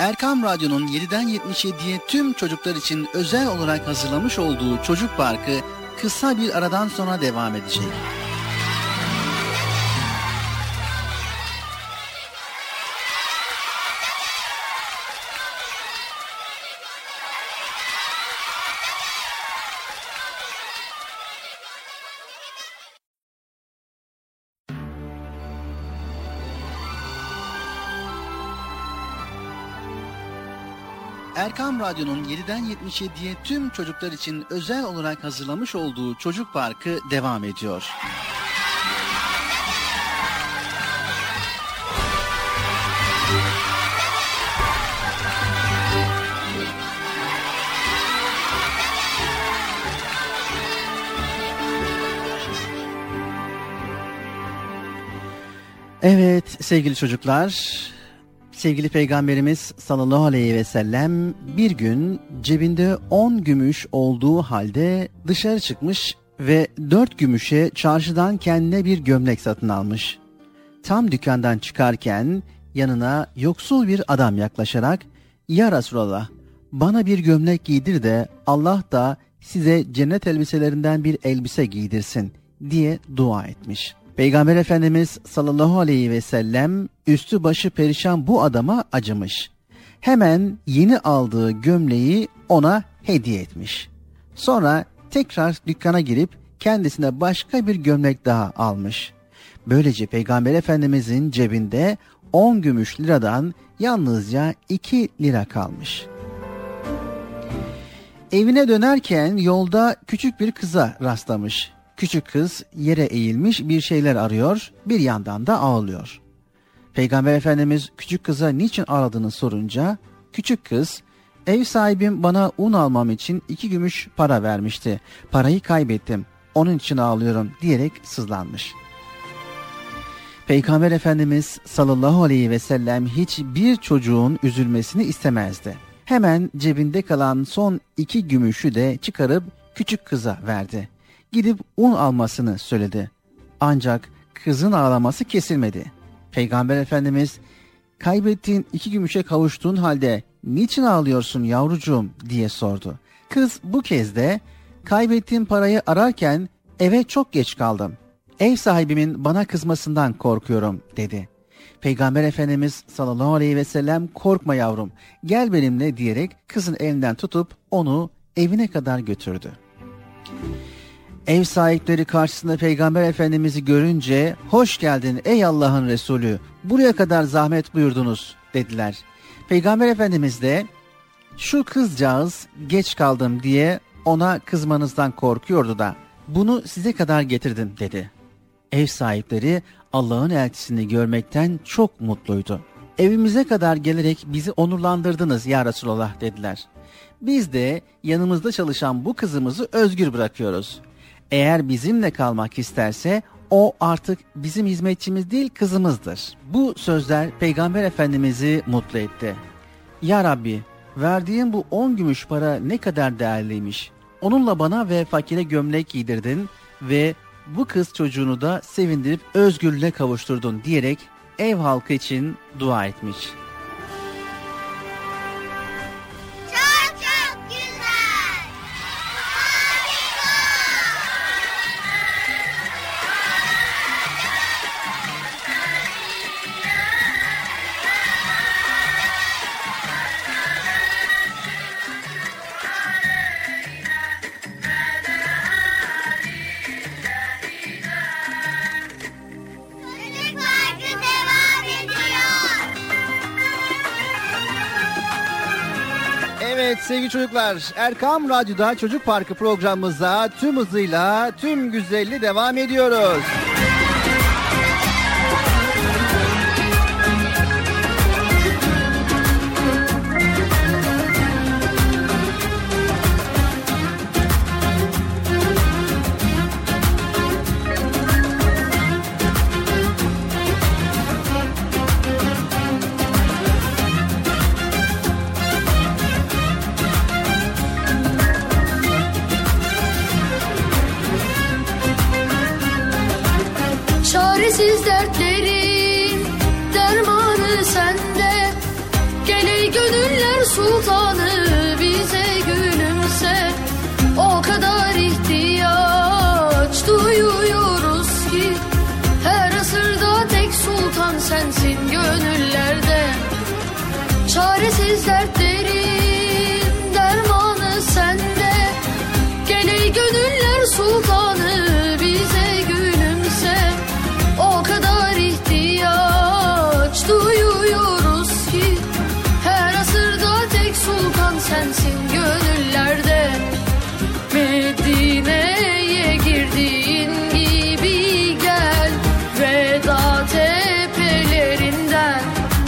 Erkam Radyo'nun yediden yetmiş yediye tüm çocuklar için özel olarak hazırlamış olduğu Çocuk Parkı kısa bir aradan sonra devam edecek. Erkam Radyo'nun yediden yetmiş yediye tüm çocuklar için özel olarak hazırlamış olduğu Çocuk Parkı devam ediyor. Evet sevgili çocuklar, sevgili Peygamberimiz sallallahu aleyhi ve sellem bir gün cebinde on gümüş olduğu halde dışarı çıkmış ve dört gümüşe çarşıdan kendine bir gömlek satın almış. Tam dükkandan çıkarken yanına yoksul bir adam yaklaşarak "Ya Resulallah, bana bir gömlek giydir de Allah da size cennet elbiselerinden bir elbise giydirsin" diye dua etmiş. Peygamber Efendimiz sallallahu aleyhi ve sellem üstü başı perişan bu adama acımış. Hemen yeni aldığı gömleği ona hediye etmiş. Sonra tekrar dükkana girip kendisine başka bir gömlek daha almış. Böylece Peygamber Efendimizin cebinde on gümüş liradan yalnızca iki lira kalmış. Evine dönerken yolda küçük bir kıza rastlamış. Küçük kız yere eğilmiş bir şeyler arıyor, bir yandan da ağlıyor. Peygamber Efendimiz küçük kıza niçin ağladığını sorunca, küçük kız, "Ev sahibim bana un almam için iki gümüş para vermişti. Parayı kaybettim, onun için ağlıyorum" diyerek sızlanmış. Peygamber Efendimiz sallallahu aleyhi ve sellem hiçbir çocuğun üzülmesini istemezdi. Hemen cebinde kalan son iki gümüşü de çıkarıp küçük kıza verdi. Gidip un almasını söyledi. Ancak kızın ağlaması kesilmedi. Peygamber Efendimiz, "Kaybettiğin iki gümüşe kavuştuğun halde niçin ağlıyorsun yavrucuğum?" diye sordu. Kız bu kez de, "Kaybettiğim parayı ararken eve çok geç kaldım. Ev sahibimin bana kızmasından korkuyorum" dedi. Peygamber Efendimiz sallallahu aleyhi ve sellem, "Korkma yavrum, gel benimle" diyerek kızın elinden tutup onu evine kadar götürdü. Ev sahipleri karşısında Peygamber Efendimiz'i görünce, "Hoş geldin ey Allah'ın Resulü, buraya kadar zahmet buyurdunuz" dediler. Peygamber Efendimiz de, "Şu kızcağız geç kaldım diye ona kızmanızdan korkuyordu da bunu size kadar getirdim" dedi. Ev sahipleri Allah'ın elçisini görmekten çok mutluydu. "Evimize kadar gelerek bizi onurlandırdınız ya Resulallah" dediler. "Biz de yanımızda çalışan bu kızımızı özgür bırakıyoruz. Eğer bizimle kalmak isterse o artık bizim hizmetçimiz değil, kızımızdır." Bu sözler Peygamber Efendimiz'i mutlu etti. "Ya Rabbi, verdiğin bu on gümüş para ne kadar değerliymiş. Onunla bana ve fakire gömlek giydirdin ve bu kız çocuğunu da sevindirip özgürlüğe kavuşturdun" diyerek ev halkı için dua etmiş. Evet sevgili çocuklar, Erkam Radyo'da Çocuk Parkı programımıza tüm hızıyla, tüm güzelliği devam ediyoruz. Çaresiz dertlerin dermanı sende, gel ey gönül Medine'ye girdiğin gibi gel, veda tepelerinden.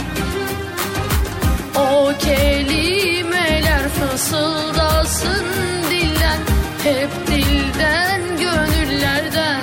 O kelimeler fısıldasın dilden, hep dilden, gönüllerden.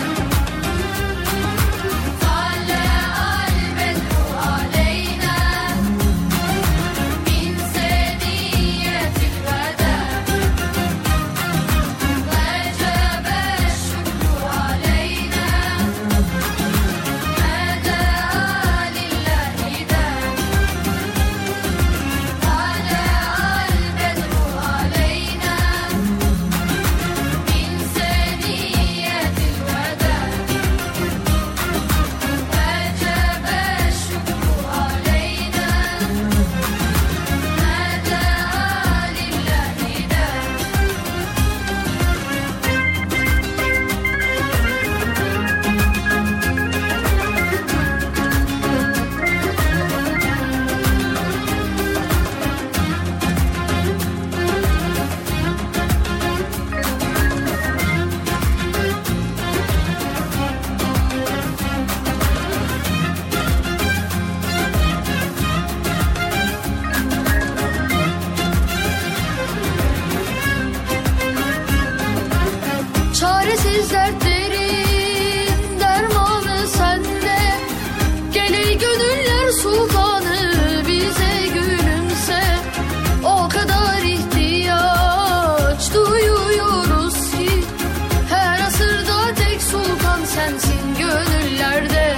Çaresiz dertlerin dermanı sende. Gel ey gönüller sultanı, bize gülümse. O kadar ihtiyaç duyuyoruz ki, her asırda tek sultan sensin gönüllerde.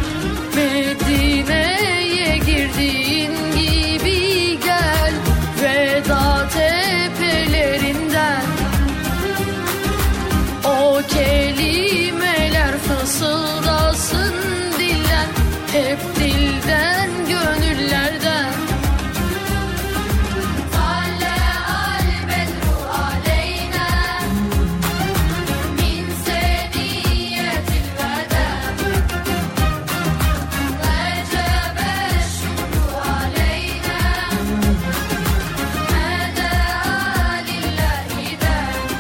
Medine'ye girdiğin gibi gel, veda tepelerinden. O kelimeler fısıldasın dilden, hep dilden, gönüllerden. Tale al bedru aleyna min seniyetil veda. Vecebe şükru aleyna meda lillahi de.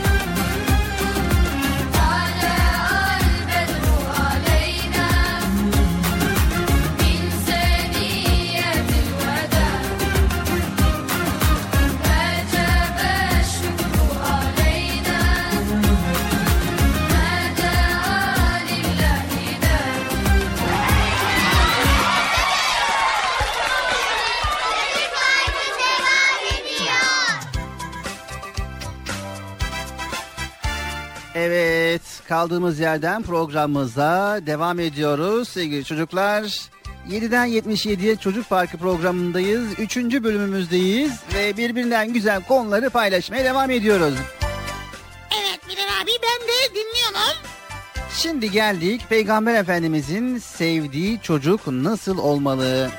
Evet, kaldığımız yerden programımıza devam ediyoruz sevgili çocuklar. yediden yetmiş yediye Çocuk Parkı programındayız. Üçüncü bölümümüzdeyiz ve birbirinden güzel konuları paylaşmaya devam ediyoruz. Evet Bilal abi, ben de dinliyorum. Şimdi geldik Peygamber Efendimizin sevdiği çocuk nasıl olmalı?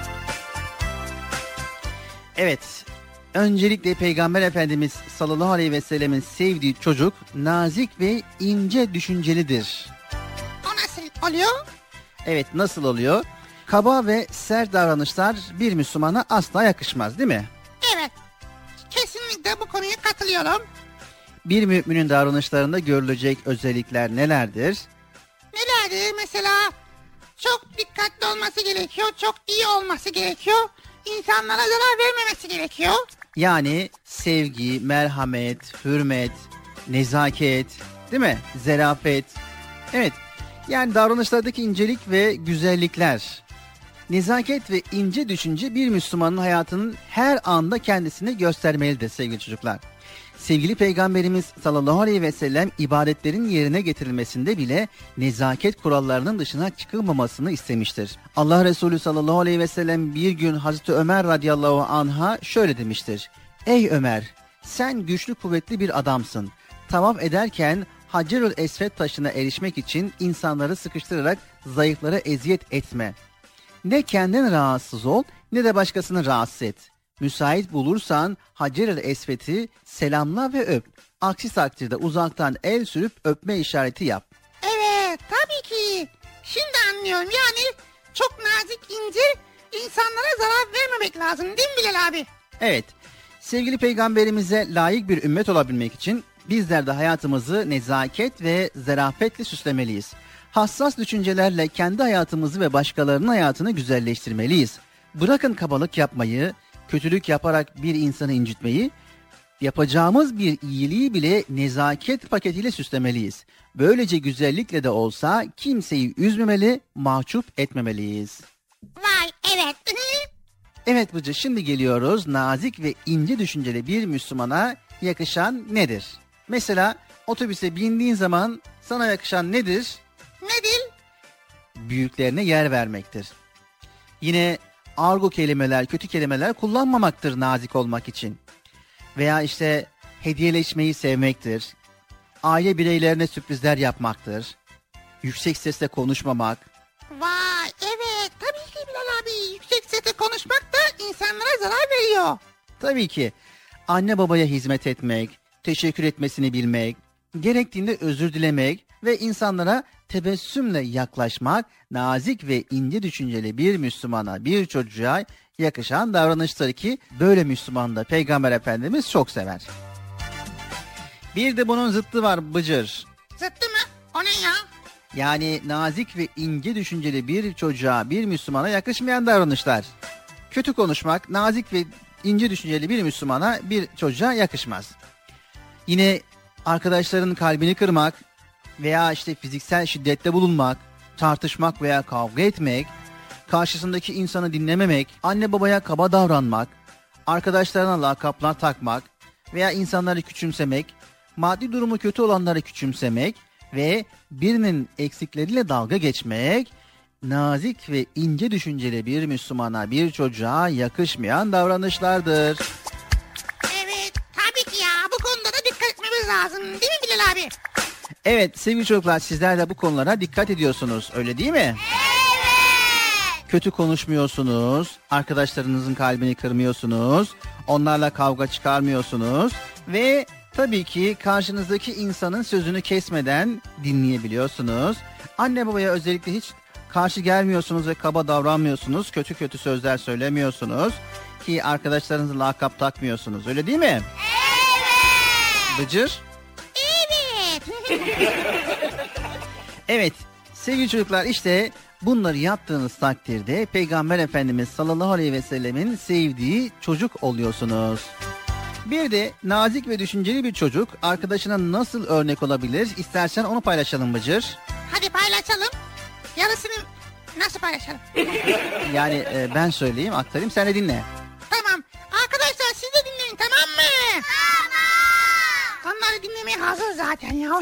Evet, öncelikle Peygamber Efendimiz sallallahu aleyhi ve sellemin sevdiği çocuk nazik ve ince düşüncelidir. O nasıl oluyor? Evet, nasıl oluyor? Kaba ve sert davranışlar bir Müslümana asla yakışmaz, değil mi? Evet, kesinlikle bu konuya katılıyorum. Bir müminin davranışlarında görülecek özellikler nelerdir? Nelerdir? Mesela çok dikkatli olması gerekiyor, çok iyi olması gerekiyor, insanlara zarar vermemesi gerekiyor. Yani sevgi, merhamet, hürmet, nezaket, değil mi? Zerafet. Evet, yani davranışlardaki incelik ve güzellikler. Nezaket ve ince düşünce bir Müslümanın hayatının her anda kendisini göstermelidir sevgili çocuklar. Sevgili Peygamberimiz sallallahu aleyhi ve sellem ibadetlerin yerine getirilmesinde bile nezaket kurallarının dışına çıkılmamasını istemiştir. Allah Resulü sallallahu aleyhi ve sellem bir gün Hazreti Ömer radıyallahu anh'a şöyle demiştir. Ey Ömer, sen güçlü kuvvetli bir adamsın. Tavaf ederken Hacerül Esved taşına erişmek için insanları sıkıştırarak zayıflara eziyet etme. Ne kendin rahatsız ol ne de başkasını rahatsız et. Müsait bulursan Hacer-i Esved'i selamla ve öp. Aksi takdirde uzaktan el sürüp öpme işareti yap. Evet, tabii ki. Şimdi anlıyorum. Yani çok nazik, ince, insanlara zarar vermemek lazım, değil mi Bilal abi? Evet. Sevgili Peygamberimize layık bir ümmet olabilmek için Bizler de hayatımızı nezaket ve zarafetle süslemeliyiz. Hassas düşüncelerle kendi hayatımızı ve başkalarının hayatını güzelleştirmeliyiz. Bırakın kabalık yapmayı, kötülük yaparak bir insanı incitmeyi, yapacağımız bir iyiliği bile nezaket paketiyle süslemeliyiz. Böylece güzellikle de olsa kimseyi üzmemeli, mahcup etmemeliyiz. Vay evet. Evet Bıcı, şimdi geliyoruz nazik ve ince düşünceli bir Müslümana yakışan nedir? Mesela otobüse bindiğin zaman sana yakışan nedir? Nedir? Büyüklerine yer vermektir. Yine argo kelimeler, kötü kelimeler kullanmamaktır nazik olmak için. Veya işte hediyeleşmeyi sevmektir. Aile bireylerine sürprizler yapmaktır. Yüksek sesle konuşmamak. Vay evet tabii ki Bilal abi. Yüksek sesle konuşmak da insanlara zarar veriyor. Tabii ki anne babaya hizmet etmek, teşekkür etmesini bilmek, gerektiğinde özür dilemek ve insanlara tebessümle yaklaşmak nazik ve ince düşünceli bir Müslümana, bir çocuğa yakışan davranıştır ki böyle Müslüman da Peygamber Efendimiz çok sever. Bir de bunun zıttı var Bıcır. Zıttı mı? O ne ya? Yani nazik ve ince düşünceli bir çocuğa, bir Müslümana yakışmayan davranışlar. Kötü konuşmak, nazik ve ince düşünceli bir Müslümana, bir çocuğa yakışmaz. Yine arkadaşların kalbini kırmak veya işte fiziksel şiddette bulunmak, tartışmak veya kavga etmek, karşısındaki insanı dinlememek, anne babaya kaba davranmak, arkadaşlarına lakaplar takmak veya insanları küçümsemek, maddi durumu kötü olanları küçümsemek ve birinin eksikleriyle dalga geçmek, nazik ve ince düşünceli bir Müslümana, bir çocuğa yakışmayan davranışlardır. Evet tabii ki ya bu konuda da dikkat etmemiz lazım değil mi Bilal abi? Evet sevgili çocuklar, sizler de bu konulara dikkat ediyorsunuz, öyle değil mi? Evet. Kötü konuşmuyorsunuz, arkadaşlarınızın kalbini kırmıyorsunuz, onlarla kavga çıkarmıyorsunuz ve tabii ki karşınızdaki insanın sözünü kesmeden dinleyebiliyorsunuz. Anne babaya özellikle hiç karşı gelmiyorsunuz ve kaba davranmıyorsunuz, kötü kötü sözler söylemiyorsunuz ki arkadaşlarınızı lakap takmıyorsunuz, öyle değil mi? Evet. Bıcır? Evet. Evet sevgili çocuklar, işte bunları yaptığınız takdirde Peygamber Efendimiz sallallahu aleyhi ve sellemin sevdiği çocuk oluyorsunuz. Bir de nazik ve düşünceli bir çocuk arkadaşına nasıl örnek olabilir? İstersen onu paylaşalım Bıcır. Hadi paylaşalım. Yarısını nasıl paylaşalım? Yani e, ben söyleyeyim, aktarayım, sen de dinle. Tamam. Arkadaşlar siz de dinleyin tamam mı? Tamam. Onları dinlemeye hazır zaten ya.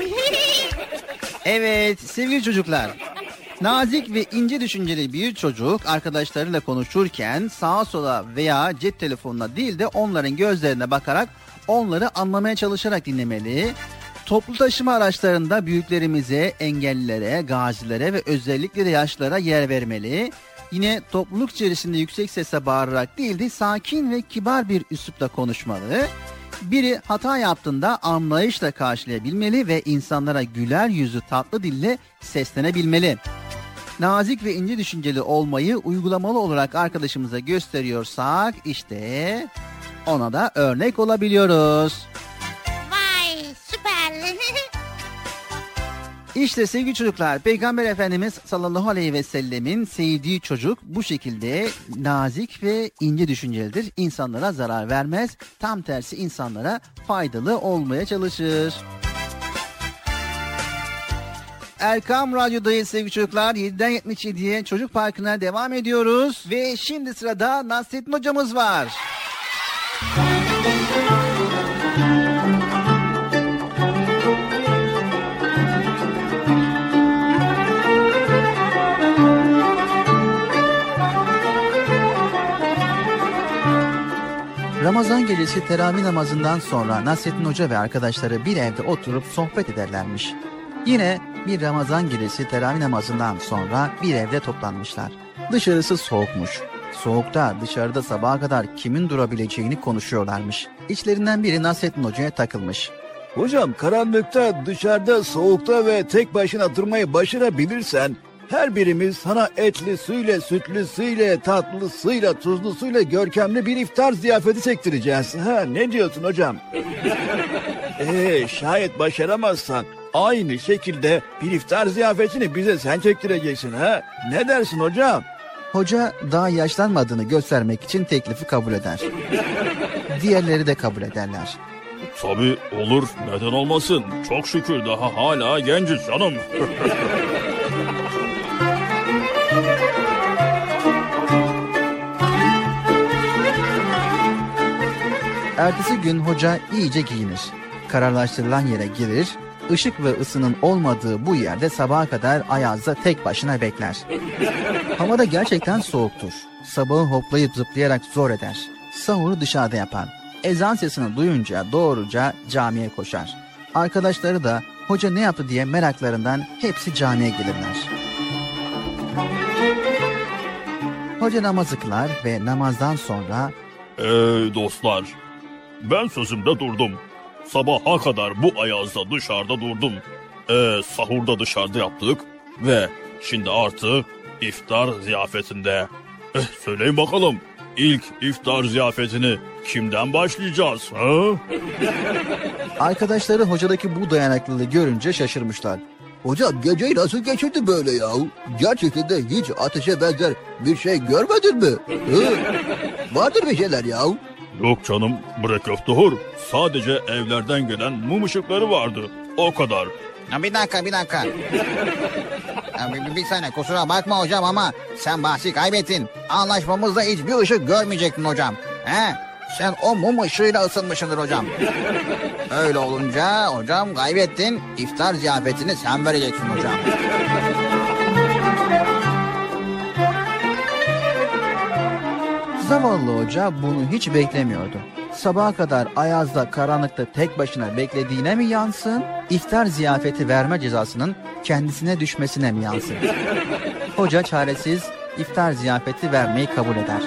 Evet sevgili çocuklar. Nazik ve ince düşünceli bir çocuk arkadaşlarıyla konuşurken sağa sola veya cep telefonuna değil de onların gözlerine bakarak onları anlamaya çalışarak dinlemeli. Toplu taşıma araçlarında büyüklerimize, engellilere, gazilere ve özellikle de yaşlılara yer vermeli. Yine topluluk içerisinde yüksek sesle bağırarak değil de sakin ve kibar bir üslupla konuşmalı. Biri hata yaptığında anlayışla karşılayabilmeli ve insanlara güler yüzlü tatlı dille seslenebilmeli. Nazik ve ince düşünceli olmayı uygulamalı olarak arkadaşımıza gösteriyorsak işte ona da örnek olabiliyoruz. Vay süper. İşte sevgili çocuklar, Peygamber Efendimiz sallallahu aleyhi ve sellemin sevdiği çocuk bu şekilde nazik ve ince düşüncelidir. İnsanlara zarar vermez, tam tersi insanlara faydalı olmaya çalışır. Erkam Radyo'dayız sevgili çocuklar. yediden yetmiş yediye Çocuk Parkı'na devam ediyoruz. Ve şimdi sırada Nasrettin hocamız var. Ramazan gecesi teravih namazından sonra Nasrettin Hoca ve arkadaşları bir evde oturup sohbet ederlermiş. Yine bir Ramazan gecesi teravih namazından sonra bir evde toplanmışlar. Dışarısı soğukmuş. Soğukta dışarıda sabaha kadar kimin durabileceğini konuşuyorlarmış. İçlerinden biri Nasrettin Hoca'ya takılmış. Hocam karanlıkta, dışarıda, soğukta ve tek başına durmayı başarabilirsen her birimiz sana etlisüyle, sütlüsüyle, tatlısıyla, tuzlusuyla görkemli bir iftar ziyafeti çektireceğiz. Ha, ne diyorsun hocam? Ee, şayet başaramazsan aynı şekilde bir iftar ziyafetini bize sen çektireceksin ha. Ne dersin hocam? Hoca daha yaşlanmadığını göstermek için teklifi kabul eder. Diğerleri de kabul ederler. Tabii olur, neden olmasın? Çok şükür daha hala genciz canım. Ertesi gün hoca iyice giyinir. Kararlaştırılan yere girir, ışık ve ısının olmadığı bu yerde sabaha kadar ayazda tek başına bekler. Havada gerçekten soğuktur. Sabahı hoplayıp zıplayarak zor eder. Sahuru dışarıda yapar. Ezan sesini duyunca doğruca camiye koşar. Arkadaşları da hoca ne yaptı diye meraklarından hepsi camiye gelirler. Hoca namazı kılar ve namazdan sonra Ey dostlar, ben sözümde durdum. Sabaha kadar bu ayazda dışarıda durdum. Ee, sahurda dışarıda yaptık ve şimdi artık iftar ziyafetinde. Eh, söyleyin bakalım, ilk iftar ziyafetini kimden başlayacağız? Ha? arkadaşları hocadaki bu dayanıklılığı görünce şaşırmışlar. Hocam geceyi nasıl geçirdi böyle ya? Gerçekten de hiç ateşe benzer bir şey görmedin mi? Hı? Vardır bir şeyler ya. Yok canım, bre köftehur. Sadece evlerden gelen mum ışıkları vardı. O kadar. Ya bir dakika bir dakika. Ya bir, bir, bir saniye kusura bakma hocam ama sen bahsi kaybettin. Anlaşmamızda hiçbir ışık görmeyecektin hocam. He? Sen o mum ışığıyla ısınmışsındır hocam. Öyle olunca hocam kaybettin. İftar ziyafetini sen vereceksin hocam. Zavallı hoca bunu hiç beklemiyordu. Sabaha kadar ayazda karanlıkta tek başına beklediğine mi yansın, iftar ziyafeti verme cezasının kendisine düşmesine mi yansın? Hoca çaresiz iftar ziyafeti vermeyi kabul eder.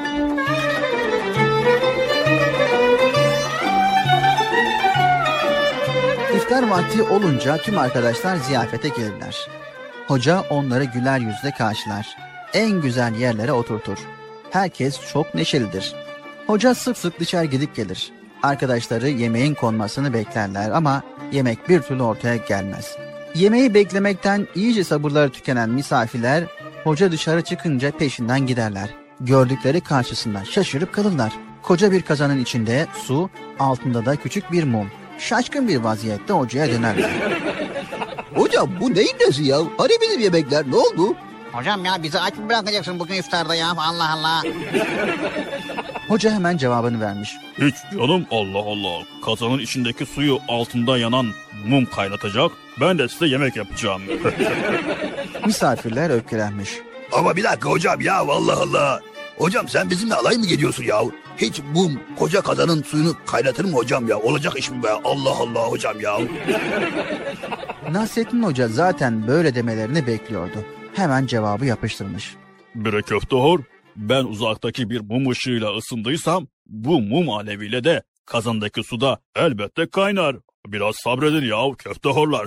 İftar vakti olunca tüm arkadaşlar ziyafete gelirler. Hoca onları güler yüzle karşılar. En güzel yerlere oturtur. Herkes çok neşelidir. Hoca sık sık dışarı gidip gelir. Arkadaşları yemeğin konmasını beklerler ama yemek bir türlü ortaya gelmez. Yemeği beklemekten iyice sabırları tükenen misafirler hoca dışarı çıkınca peşinden giderler. Gördükleri karşısında şaşırıp kalırlar. Koca bir kazanın içinde su, altında da küçük bir mum. Şaşkın bir vaziyette hocaya dönerler. Hocam bu neyin nesi ya? Hani bizim yemekler ne oldu? Hocam ya bizi aç mı bırakacaksın bugün iftarda ya? Allah Allah. Hoca hemen cevabını vermiş. Hiç canım, Allah Allah. Kazanın içindeki suyu altında yanan mum kaynatacak. Ben de size yemek yapacağım. Misafirler öfkelenmiş. Ama bir dakika hocam ya, vallahi Allah. Hocam sen bizimle alay mı ediyorsun ya? Hiç mum koca kazanın suyunu kaynatır mı hocam ya? Olacak iş mi be? Allah Allah hocam ya. Nasrettin Hoca zaten böyle demelerini bekliyordu. Hemen cevabı yapıştırmış. Bre köftehur, ben uzaktaki bir mum ışığıyla ısındıysam bu mum aleviyle de kazandaki suda elbette kaynar. Biraz sabredin ya köftehurlar.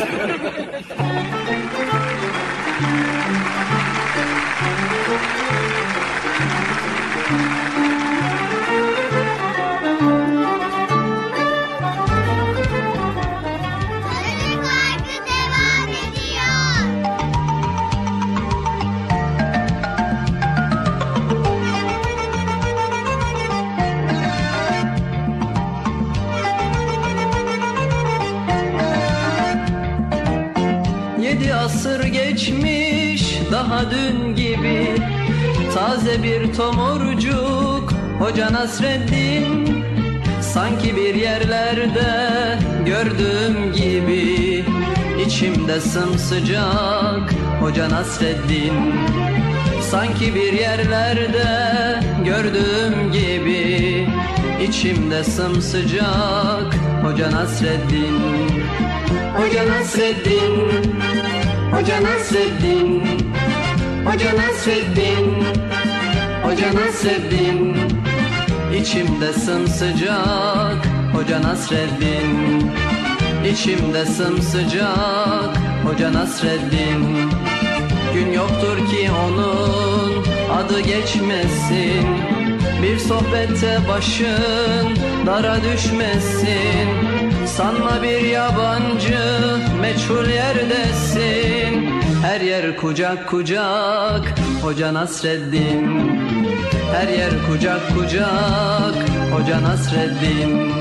Yedi asır geçmiş daha dün gibi, taze bir tomurcuk Hoca Nasreddin. Sanki bir yerlerde gördüğüm gibi, içimde sımsıcak Hoca Nasreddin. Sanki bir yerlerde gördüğüm gibi, içimde sımsıcak Hoca Nasreddin. Hoca Nasreddin, Hoca Nasreddin, Hoca Nasreddin, Hoca Nasreddin. İçimde sımsıcak Hoca Nasreddin. İçimde sımsıcak Hoca Nasreddin. Gün yoktur ki onun adı geçmesin. Bir sohbette başın dara düşmesin. Sanma bir yabancı meçhul yerdesin. Her yer kucak kucak Hoca Nasreddin. Her yer kucak kucak Hoca Nasreddin.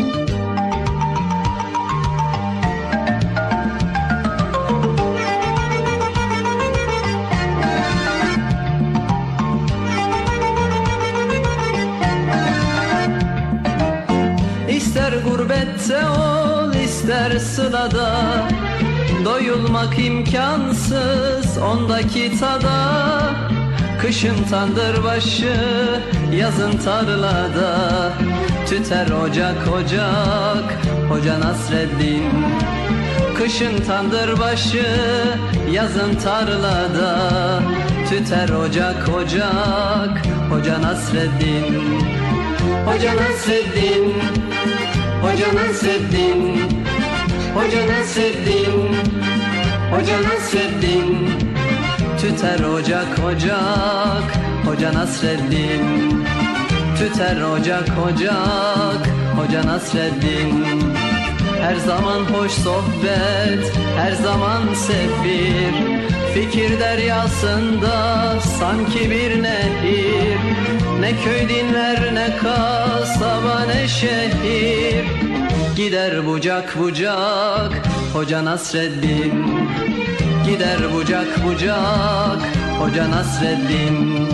İster gurbette ol ister sılada, doyulmak imkansız ondaki tada. Kışın tandır başı, yazın tarlada, tüter ocak ocak Hoca Nasreddin. Kışın tandır başı, yazın tarlada, tüter ocak ocak Hoca Nasreddin. Hoca Nasreddin, Hoca Nasreddin, Hoca Nasreddin, Hoca Nasreddin. Tüter ocak ocak Hoca Nasreddin. Tüter ocak ocak Hoca Nasreddin. Her zaman hoş sohbet, her zaman sefir. Fikir deryasında sanki bir nehir. Ne köy dinler ne kasaba ne şehir. Gider bucak bucak Hoca Nasreddin. Gider bucak bucak Hoca Nasreddin.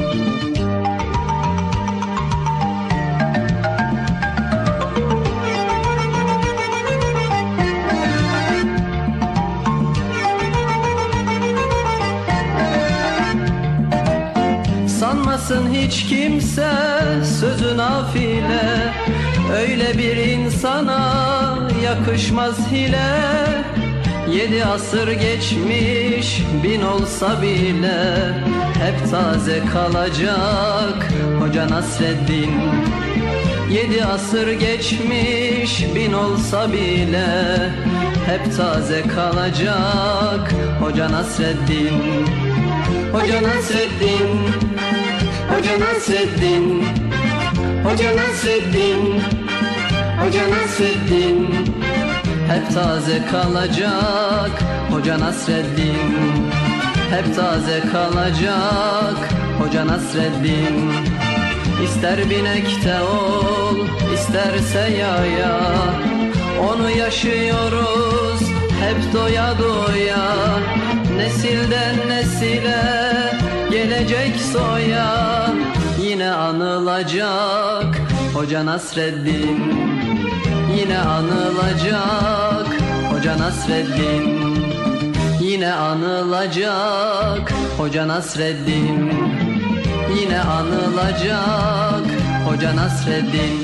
Sanmasın hiç kimse sözü nafile, öyle bir insana yakışmaz hile. Yedi asır geçmiş bin olsa bile, hep taze kalacak Hoca Nasreddin. Yedi asır geçmiş bin olsa bile, hep taze kalacak Hoca Nasreddin. Hoca Nasreddin, Hoca Nasreddin, Hoca Nasreddin, Hoca Nasreddin. Hep taze kalacak Hoca Nasreddin. Hep taze kalacak Hoca Nasreddin. İster binekte ol, isterse yaya, onu yaşıyoruz hep doya doya. Nesilden nesile gelecek soya, yine anılacak Hoca Nasreddin. Yine anılacak Hoca Nasreddin. Yine anılacak Hoca Nasreddin. Yine anılacak Hoca Nasreddin.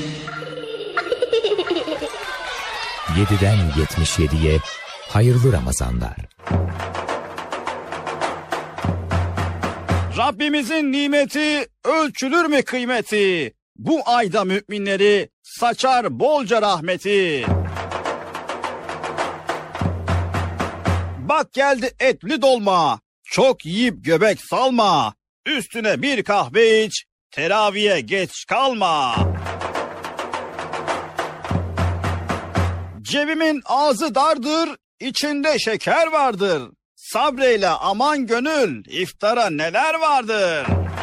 yediden yetmiş yediye hayırlı Ramazanlar. Rabbimizin nimeti ölçülür mü kıymeti? Bu ayda müminleri saçar bolca rahmeti. Bak geldi etli dolma, çok yiyip göbek salma. Üstüne bir kahve iç, teraviye geç kalma. Cebimin ağzı dardır, içinde şeker vardır. Sabreyle aman gönül, iftara neler vardır.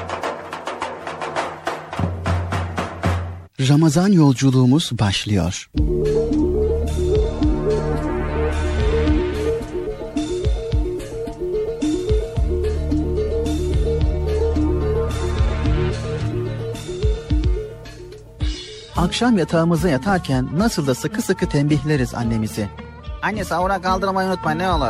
Ramazan yolculuğumuz başlıyor. Akşam yatağımıza yatarken nasıl da sıkı sıkı tembihleriz annemizi. Anne sahura kaldırmayı unutma ne olur.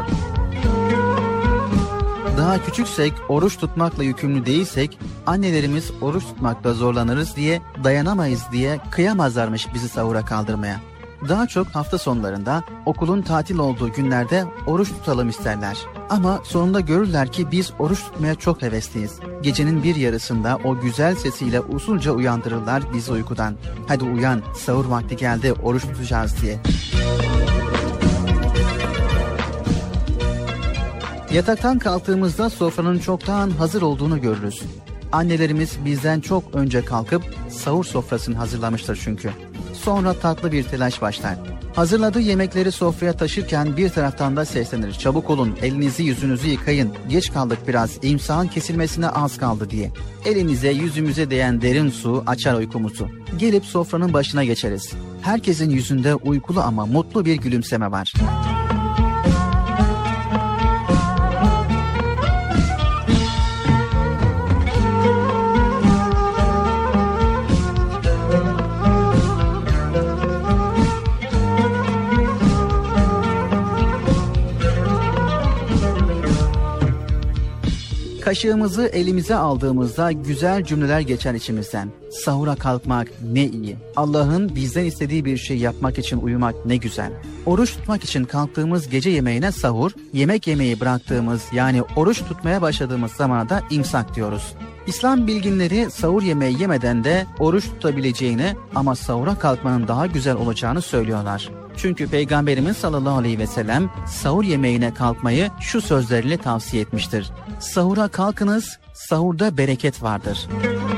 Daha küçüksek, oruç tutmakla yükümlü değilsek, annelerimiz oruç tutmakta zorlanırız diye, dayanamayız diye kıyamazlarmış bizi sahura kaldırmaya. Daha çok hafta sonlarında, okulun tatil olduğu günlerde oruç tutalım isterler. Ama sonunda görürler ki biz oruç tutmaya çok hevesliyiz. Gecenin bir yarısında o güzel sesiyle usulca uyandırırlar bizi uykudan. Hadi uyan, sahur vakti geldi, oruç tutacağız diye. Yataktan kalktığımızda sofranın çoktan hazır olduğunu görürüz. Annelerimiz bizden çok önce kalkıp sahur sofrasını hazırlamıştır çünkü. Sonra tatlı bir telaş başlar. Hazırladığı yemekleri sofraya taşırken bir taraftan da seslenir. Çabuk olun, elinizi yüzünüzü yıkayın. Geç kaldık biraz, imsağın kesilmesine az kaldı diye. Elimize yüzümüze değen derin su açar uykumuzu. Gelip sofranın başına geçeriz. Herkesin yüzünde uykulu ama mutlu bir gülümseme var. Kaşığımızı elimize aldığımızda güzel cümleler geçer içimizden. Sahura kalkmak ne iyi. Allah'ın bizden istediği bir şey yapmak için uyumak ne güzel. Oruç tutmak için kalktığımız gece yemeğine sahur, yemek yemeyi bıraktığımız yani oruç tutmaya başladığımız zamana da imsak diyoruz. İslam bilginleri sahur yemeği yemeden de oruç tutabileceğini ama sahura kalkmanın daha güzel olacağını söylüyorlar. Çünkü Peygamberimiz sallallahu aleyhi ve sellem sahur yemeğine kalkmayı şu sözleriyle tavsiye etmiştir. Sahura kalkınız, sahurda bereket vardır.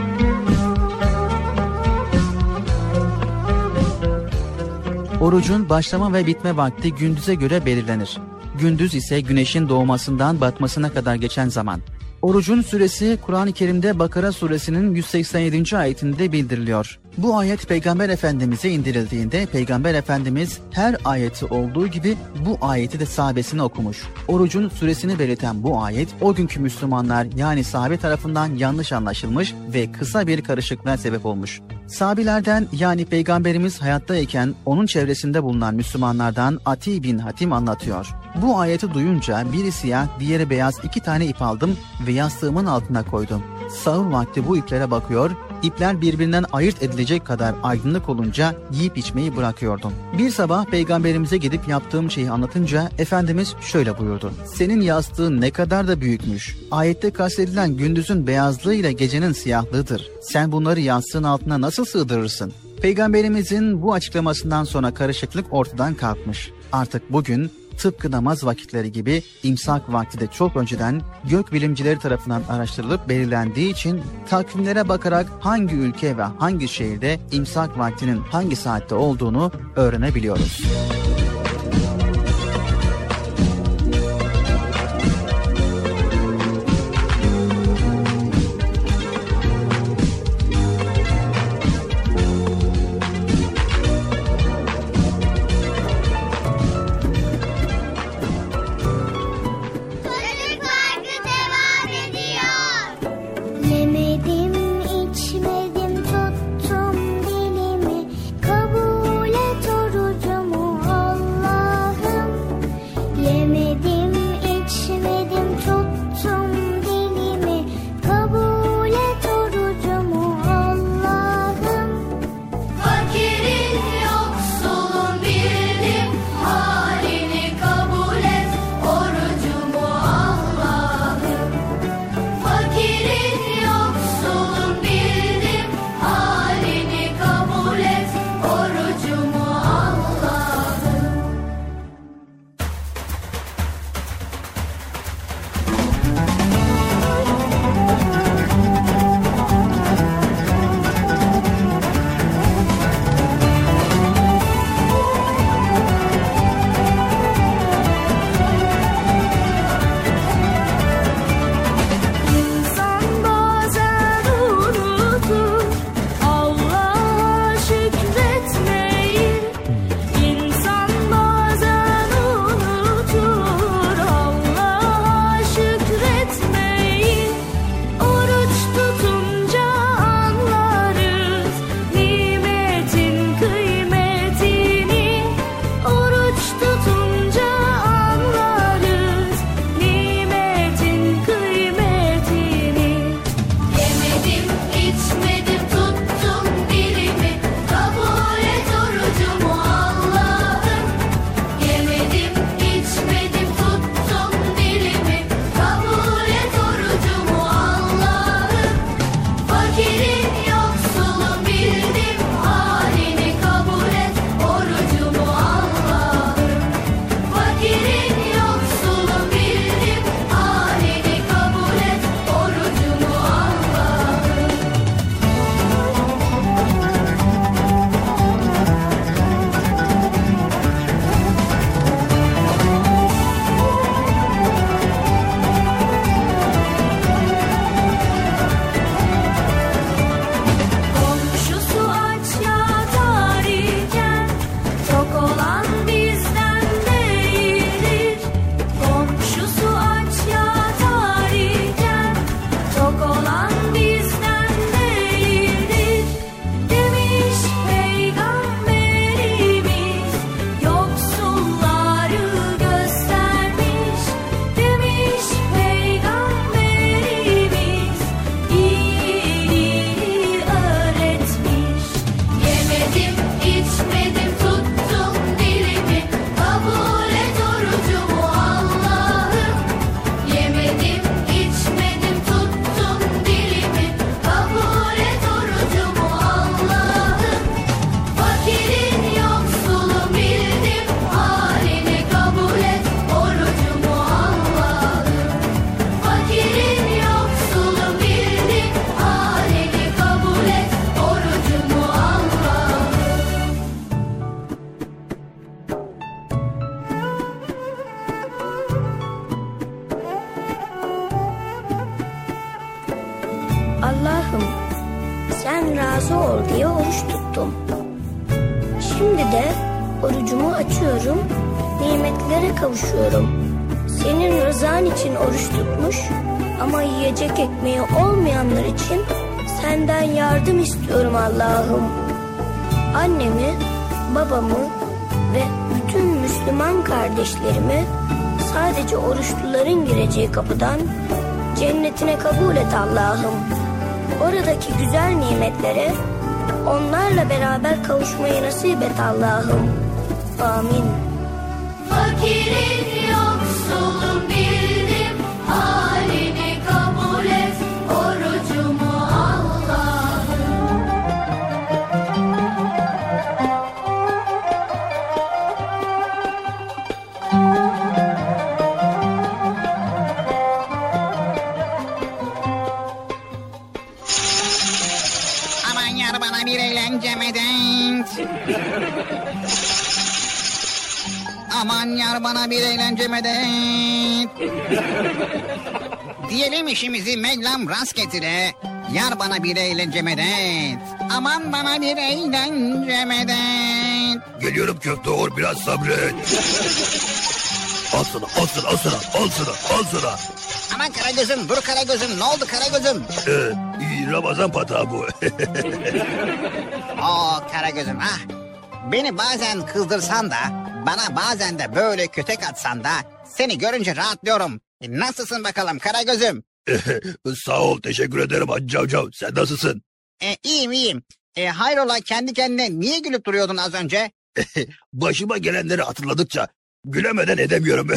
Orucun başlama ve bitme vakti gündüze göre belirlenir. Gündüz ise güneşin doğmasından batmasına kadar geçen zaman. Orucun süresi Kur'an-ı Kerim'de Bakara suresinin yüz seksen yedinci ayetinde bildiriliyor. Bu ayet Peygamber Efendimiz'e indirildiğinde Peygamber Efendimiz her ayeti olduğu gibi bu ayeti de sahabesine okumuş. Orucun süresini belirten bu ayet o günkü Müslümanlar yani sahabe tarafından yanlış anlaşılmış ve kısa bir karışıklığa sebep olmuş. Sahabilerden yani Peygamberimiz hayattayken onun çevresinde bulunan Müslümanlardan Ati bin Hatim anlatıyor. Bu ayeti duyunca biri siyah, diğeri beyaz iki tane ip aldım ve yastığımın altına koydum. Sahur vakti bu iplere bakıyor, ipler birbirinden ayırt edilecek kadar aydınlık olunca yiyip içmeyi bırakıyordum. Bir sabah Peygamberimize gidip yaptığım şeyi anlatınca Efendimiz şöyle buyurdu. Senin yastığın ne kadar da büyükmüş. Ayette kastedilen gündüzün beyazlığı ile gecenin siyahlığıdır. Sen bunları yastığın altına nasıl sığdırırsın? Peygamberimizin bu açıklamasından sonra karışıklık ortadan kalkmış. Artık bugün tıpkı namaz vakitleri gibi imsak vakti de çok önceden gökbilimcileri tarafından araştırılıp belirlendiği için takvimlere bakarak hangi ülke ve hangi şehirde imsak vaktinin hangi saatte olduğunu öğrenebiliyoruz. Kabul et orucumu sen razı ol diye oruç tuttum. Şimdi de orucumu açıyorum, nimetlere kavuşuyorum. Senin rızan için oruç tutmuş ama yiyecek ekmeği olmayanlar için senden yardım istiyorum Allah'ım. Annemi, babamı ve bütün Müslüman kardeşlerimi sadece oruçluların gireceği kapıdan cennetine kabul et Allah'ım. Oradaki güzel nimetlere onlarla beraber kavuşmayı nasip et Allah'ım. Amin. Fakirin yoksulun bildim halini kabul et orucumu Allah'ım. Aman yar bana bir eğlence medet. Aman yar bana bir eğlence medet. Diyelim işimizi Mevlam rast getire. Yar bana bir eğlence medet. Aman bana bir eğlence medet. Geliyorum Köfteor, biraz sabret. Al sana, al sana, al sana, al sana, al sana. Aman Karagöz'üm, dur Karagöz'üm, ne oldu Karagöz'üm? Ee, Ramazan patağı bu. Oo Karagöz'üm ah. Beni bazen kızdırsan da, bana bazen de böyle kötek atsan da seni görünce rahatlıyorum. E, nasılsın bakalım Karagöz'üm? Sağ ol, teşekkür ederim Hacı Cavcav. Sen nasılsın? E, iyiyim iyiyim. E, hayrola kendi kendine niye gülüp duruyordun az önce? Başıma gelenleri hatırladıkça gülemeden edemiyorum.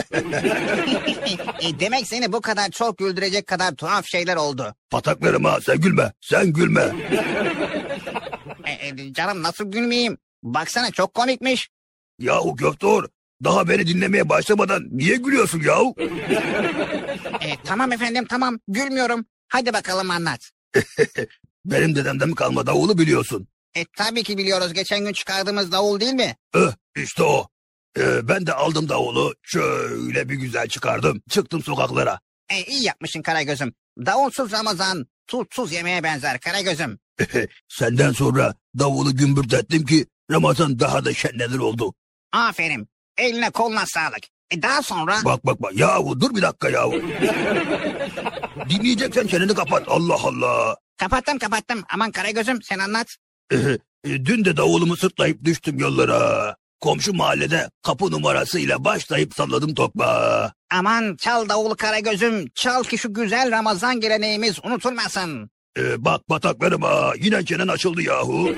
e, demek seni bu kadar çok güldürecek kadar tuhaf şeyler oldu. Pataklarım ha, sen gülme, sen gülme. E, e, canım nasıl gülmeyeyim? Baksana çok komikmiş. Yahu Köfteor, daha beni dinlemeye başlamadan niye gülüyorsun yahu? E, tamam efendim tamam gülmüyorum. Hadi bakalım anlat. Benim dedemden mi kalma davulu biliyorsun. E, tabii ki biliyoruz, geçen gün çıkardığımız davul değil mi? Eh, işte o. Ee, ben de aldım davulu, şöyle bir güzel çıkardım, çıktım sokaklara. E, iyi yapmışsın Karagöz'üm. Davulsuz Ramazan tuzsuz yemeğe benzer Karagöz'üm. Senden sonra davulu gümbürtettim ki Ramazan daha da şenlenir oldu. Aferin. Eline koluna sağlık. E, daha sonra... Bak bak bak yahu, dur bir dakika yahu. Dinleyeceksen çeneni kapat, Allah Allah. Kapattım kapattım. Aman Karagöz'üm sen anlat. Dün de davulumu sırtlayıp düştüm yollara. Komşu mahallede kapı numarasıyla başlayıp salladım toprağa. Aman çal davulu Karagöz'üm. Çal ki şu güzel Ramazan geleneğimiz unutulmasın. Ee, bak bataklarıma yine çenen açıldı yahu.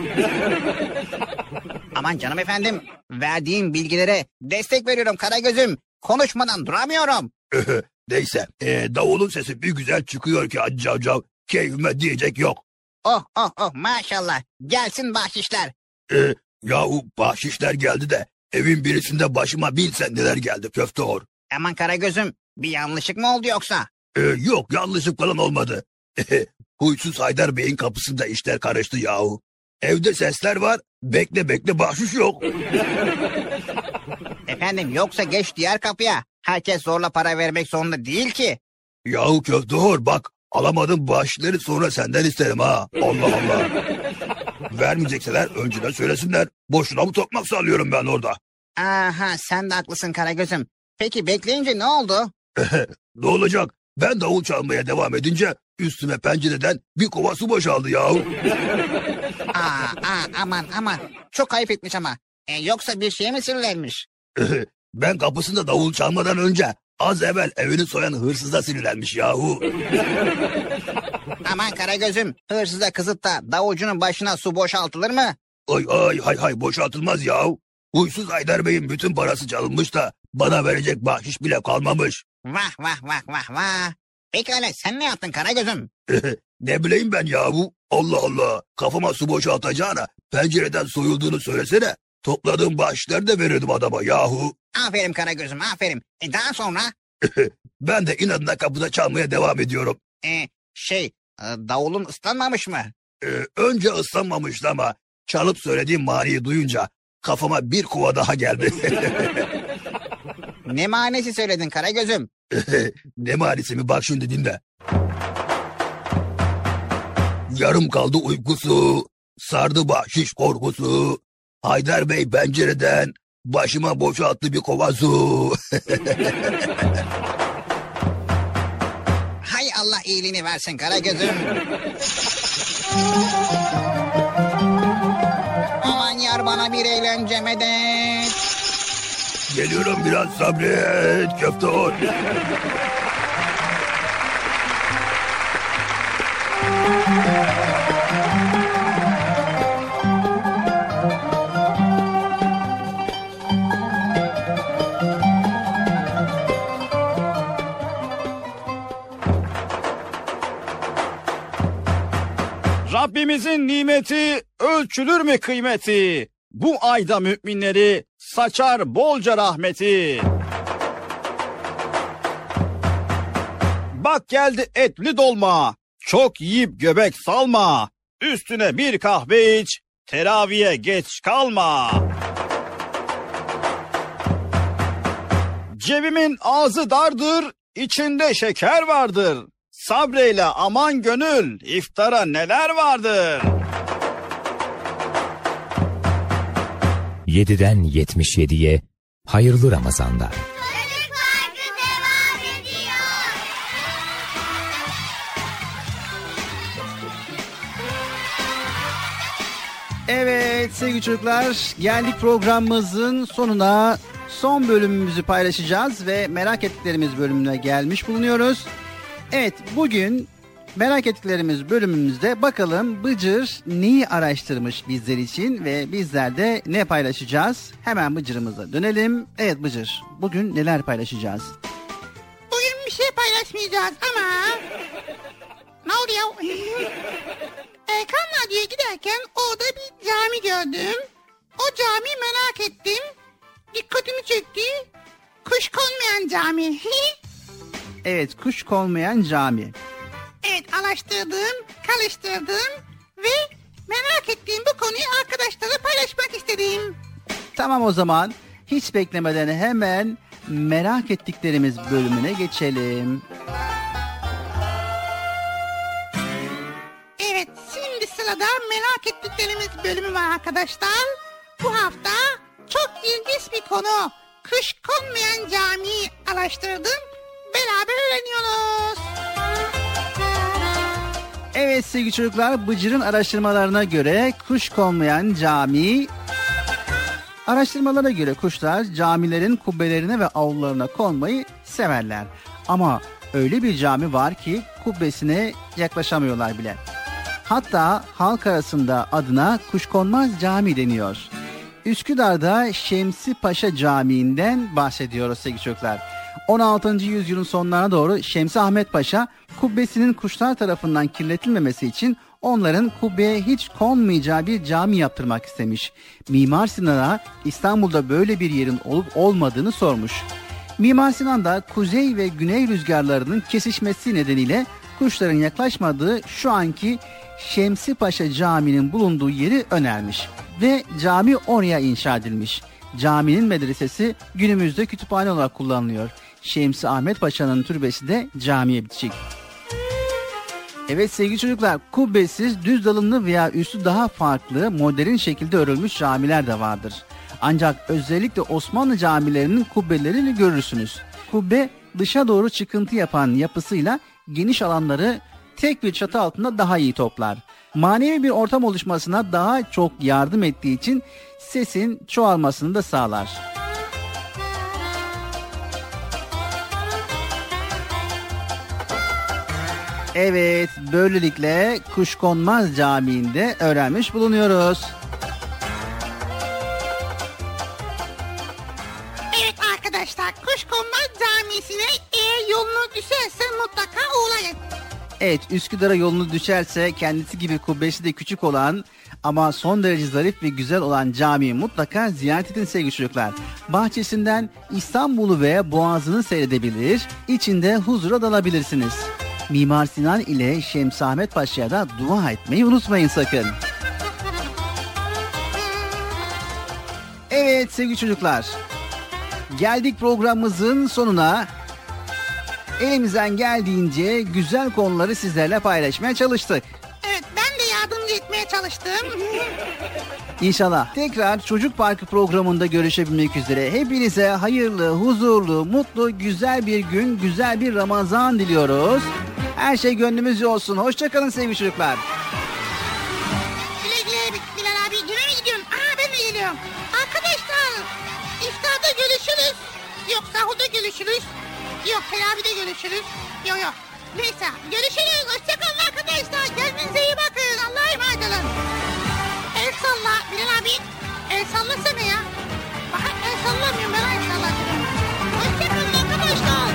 Aman canım efendim. Verdiğim bilgilere destek veriyorum Karagöz'üm. Konuşmadan duramıyorum. Neyse e, davulun sesi bir güzel çıkıyor ki Hacı Cavcav. Keyfime diyecek yok. Oh oh oh maşallah. Gelsin bahşişler. Ee, yahu bahşişler geldi de evin birisinde başıma bilsen neler geldi Köfteor. Aman Karagöz'üm bir yanlışlık mı oldu yoksa? Ee, yok yanlışlık falan olmadı. Huysuz Haydar Bey'in kapısında işler karıştı yahu. Evde sesler var, bekle bekle bahşiş yok. Efendim yoksa geç diğer kapıya. Herkes zorla para vermek zorunda değil ki. Yahu Köfteor bak, alamadım bahşişleri sonra senden isterim ha. Allah Allah. Vermeyecekseler önceden söylesinler. Boşuna mı tokmak sallıyorum ben orada? Aha sen de haklısın Karagöz'üm. Peki bekleyince ne oldu? Ne olacak? Ben davul çalmaya devam edince üstüme pencereden bir kova su boşaldı yahu. Aa, aa aman aman. Çok ayıp etmiş ama. E, yoksa bir şeye mi sinirlenmiş? Ben kapısında davul çalmadan önce az evvel evini soyan hırsıza sinirlenmiş yahu. Aman Karagöz'üm, hırsıza kızıp da davulcunun başına su boşaltılır mı? Ay ay hay hay boşaltılmaz yahu. Huysuz Haydar Bey'in bütün parası çalınmış da bana verecek bahşiş bile kalmamış. Vah vah vah vah vah. Pekala sen ne yaptın Karagöz'üm? Ne bileyim ben yahu. Allah Allah. Kafama su boşaltacağına pencereden soyulduğunu söylesene. Topladığım bahşişleri de verirdim adama yahu. Aferin Karagöz'üm aferin. E, daha sonra? Ben de inadına kapıda çalmaya devam ediyorum. E, şey e, davulun ıslanmamış mı? Ee, önce ıslanmamıştı ama çalıp söylediğim maniyi duyunca kafama bir kuva daha geldi. Ne manesi söyledin Karagöz'üm? Ne manisi mi bak şimdi dinle. Yarım kaldı uykusu, sardı bahşiş korkusu. Haydar Bey pencereden başıma boşalttı bir kova su. Hay Allah iyiliğini versin Karagöz'üm. Aman yar bana bir eğlence medet. Geliyorum biraz sabret köfte ol. Rabbimizin nimeti ölçülür mü kıymeti? Bu ayda müminleri saçar bolca rahmeti. Bak geldi etli dolma, çok yiyip göbek salma. Üstüne bir kahve iç, teraviye geç kalma. Cebimin ağzı dardır, içinde şeker vardır. Sabreyle aman gönül, iftara neler vardır? yediden yetmiş yediye hayırlı Ramazanlar. Çocuk Parkı devam ediyor. Evet sevgili çocuklar, geldik programımızın sonuna. Son bölümümüzü paylaşacağız ve merak ettiklerimiz bölümüne gelmiş bulunuyoruz. Evet, bugün merak ettiklerimiz bölümümüzde bakalım Bıcır neyi araştırmış bizler için ve bizler de ne paylaşacağız? Hemen Bıcır'ımıza dönelim. Evet Bıcır, bugün neler paylaşacağız? Bugün bir şey paylaşmayacağız ama... Ne oluyor? e, Kan Radyo'ya giderken orada bir cami gördüm. O camiyi merak ettim. Dikkatimi çekti. Kuş konmayan cami. Evet, kuş konmayan cami. Evet, araştırdım, karıştırdım ve merak ettiğim bu konuyu arkadaşlarla paylaşmak istedim. Tamam, o zaman hiç beklemeden hemen merak ettiklerimiz bölümüne geçelim. Evet, şimdi sırada merak ettiklerimiz bölümü var arkadaşlar. Bu hafta çok ilginç bir konu. Kuş konmayan camiyi araştırdım. Beraber öğreniyoruz. Evet sevgili çocuklar, Bıcır'ın araştırmalarına göre kuş konmayan cami... Araştırmalara göre kuşlar camilerin kubbelerine ve avlularına konmayı severler. Ama öyle bir cami var ki kubbesine yaklaşamıyorlar bile. Hatta halk arasında adına Kuşkonmaz Cami deniyor. Üsküdar'da Şemsi Paşa Camii'nden bahsediyoruz sevgili çocuklar. on altıncı yüzyılın sonlarına doğru Şemsi Ahmet Paşa kubbesinin kuşlar tarafından kirletilmemesi için onların kubbeye hiç konmayacağı bir cami yaptırmak istemiş. Mimar Sinan'a İstanbul'da böyle bir yerin olup olmadığını sormuş. Mimar Sinan da kuzey ve güney rüzgarlarının kesişmesi nedeniyle kuşların yaklaşmadığı şu anki Şemsi Paşa Camii'nin bulunduğu yeri önermiş ve cami oraya inşa edilmiş. Caminin medresesi günümüzde kütüphane olarak kullanılıyor. Şemsi Ahmet Paşa'nın türbesi de camiye bitişik. Evet sevgili çocuklar, kubbesiz, düz dalımlı veya üstü daha farklı modern şekilde örülmüş camiler de vardır. Ancak özellikle Osmanlı camilerinin kubbelerini görürsünüz. Kubbe dışa doğru çıkıntı yapan yapısıyla geniş alanları tek bir çatı altında daha iyi toplar. Manevi bir ortam oluşmasına daha çok yardım ettiği için sesin çoğalmasını da sağlar. Evet, böylelikle Kuşkonmaz Camii'nde öğrenmiş bulunuyoruz. Evet arkadaşlar, Kuşkonmaz Camisi'ne eğer yolunuz düşerse mutlaka uğrayın. Evet, Üsküdar'a yolunuz düşerse kendisi gibi kubbesi de küçük olan ama son derece zarif ve güzel olan camiyi mutlaka ziyaret edin sevgili çocuklar. Bahçesinden İstanbul'u ve Boğazı'nı seyredebilir, içinde huzura dalabilirsiniz. Mimar Sinan ile Şemsi Ahmet Paşa'ya da dua etmeyi unutmayın sakın. Evet sevgili çocuklar, geldik programımızın sonuna. Elimizden geldiğince güzel konuları sizlerle paylaşmaya çalıştık. Evet, ben çalıştım. İnşallah tekrar Çocuk Parkı programında görüşebilmek üzere. Hepinize hayırlı, huzurlu, mutlu, güzel bir gün, güzel bir Ramazan diliyoruz. Her şey gönlümüzce olsun. Hoşçakalın sevgili çocuklar. Güle güle Bilal abi. Güne mi gidiyorsun? Aa ben de geliyorum. Arkadaşlar iftarda görüşürüz. Yok sahurda görüşürüz. Yok teravide görüşürüz. Yok yok. Neyse görüşürüz. Hoşçakalın arkadaşlar. Kendinize iyi bakın. Allah'a emanet olun. El salla Bilal abi. El sallasana ya. Bak el sallamıyorum ben el sallamıyorum. Hoşçakalın arkadaşlar.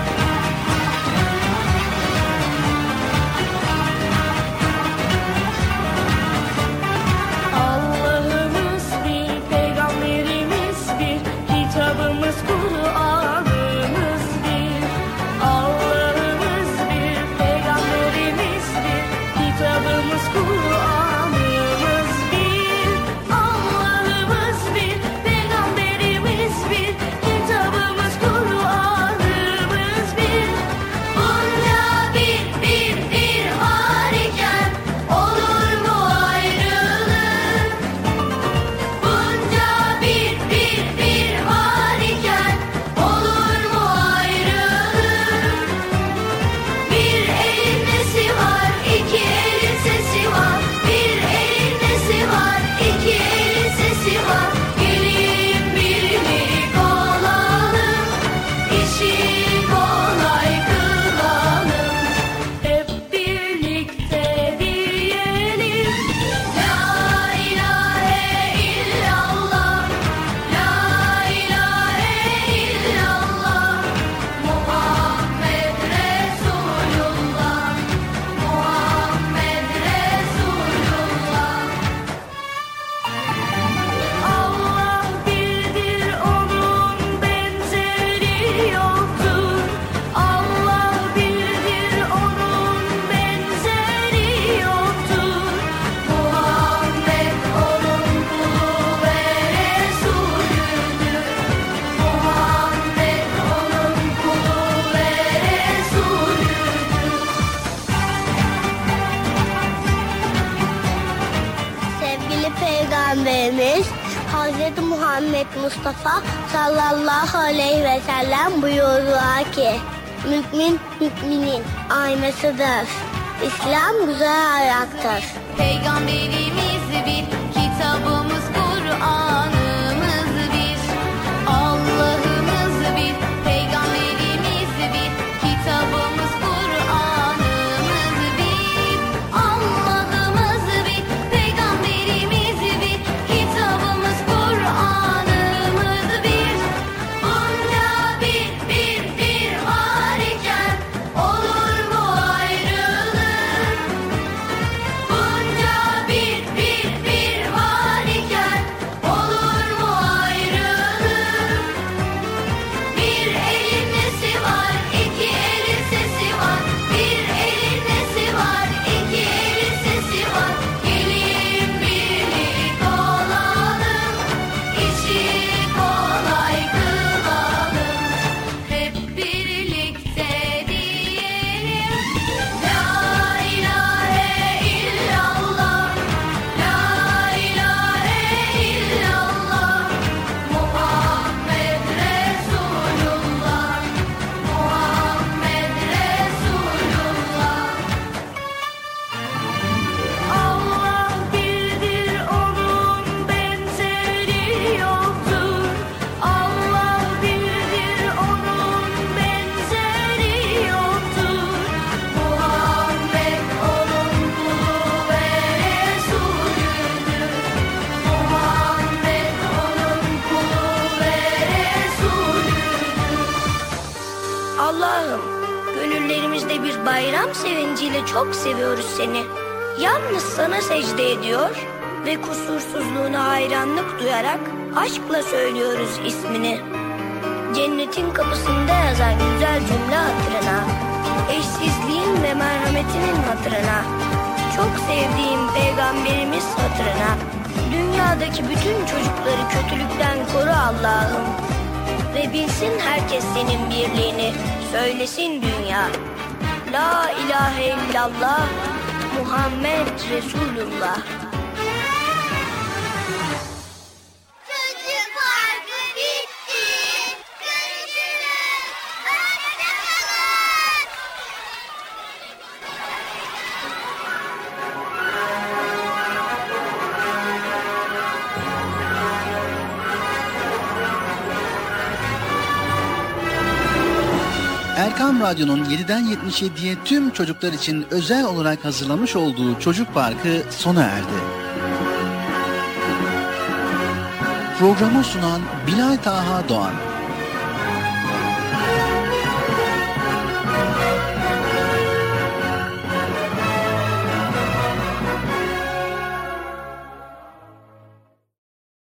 Allah'ımız bir, peygamberimiz bir, kitabımız Kur'an'ımız bir. Allah'ımız bir, peygamberimiz bir, kitabımız Kur'an'ımız bir. Allah'ımız bir, peygamberimiz bir, kitabımız Kur'an'ımız bir. Bunca bir bir bir var iken olur mu ayrılık? Bunca bir bir bir var iken olur mu ayrılık? Bir elin nesi var, iki elin sesi var. Bir elin nesi var, iki elin sesi var. Gelin birlik olalım, işi kolay kılalım. Hep birlikte diyelim La ilahe illallah, La ilahe illallah, Muhammed Resulullah, Muhammed Resulullah. Allah birdir, onun benzeri yoktur. Allah birdir, onun benzeri yoktur. Muhammed onun kulu ve Resulüdür. Muhammed onun kulu ve Resulüdür. Sevgili Peygamberimiz Hazreti Muhammed Mustafa sallallahu aleyhi ve sellem buyurdular ki mümin müminin aynasıdır. İslam güzel ayaktır. Peygamberimiz bir, kitabımız Kur'an'ımız bir. Allah'ımız bir, peygamberimiz bir, kitabımız Kur'an'ımız bir. Allah'ımız bir, peygamberimiz bir, kitabımız Kur'an'ımız bir. Bunca bir bir bir var iken olur mu ayrılık? Bunca bir bir bir var iken olur mu ayrılık? Bir elin nesi var, iki elin sesi var. Bir elin nesi var, iki elin sesi var. Gelin birlik olalım, işi kolay kılalım. Hep birlikte diyelim La ilahe illallah, La ilahe illallah, Muhammed Resulullah, Muhammed Resulullah. Allah birdir, onun benzeri yoktur. Allah birdir, onun benzeri yoktur. Muhammed onun kulu ve Resulüdür. Muhammed onun kulu ve Resulüdür. Allah'ım gönüllerimizde bir bayram sevinciyle çok seviyoruz seni. Yalnız sana secde ediyor ve kusursuzluğuna hayranlık duyarak aşkla söylüyoruz ismini. Cennetin kapısında yazan güzel cümle hatırına, eşsizliğin ve merhametinin hatırına, çok sevdiğim peygamberimiz hatırına, dünyadaki bütün çocukları kötülükten koru Allah'ım. Ve bilsin herkes senin birliğini, söylesin dünya. La ilahe illallah, Muhammed Resulullah. Erkam Radyo'nun yediden yetmiş yediye tüm çocuklar için özel olarak hazırlamış olduğu Çocuk Parkı sona erdi. Programı sunan Bilal Taha Doğan.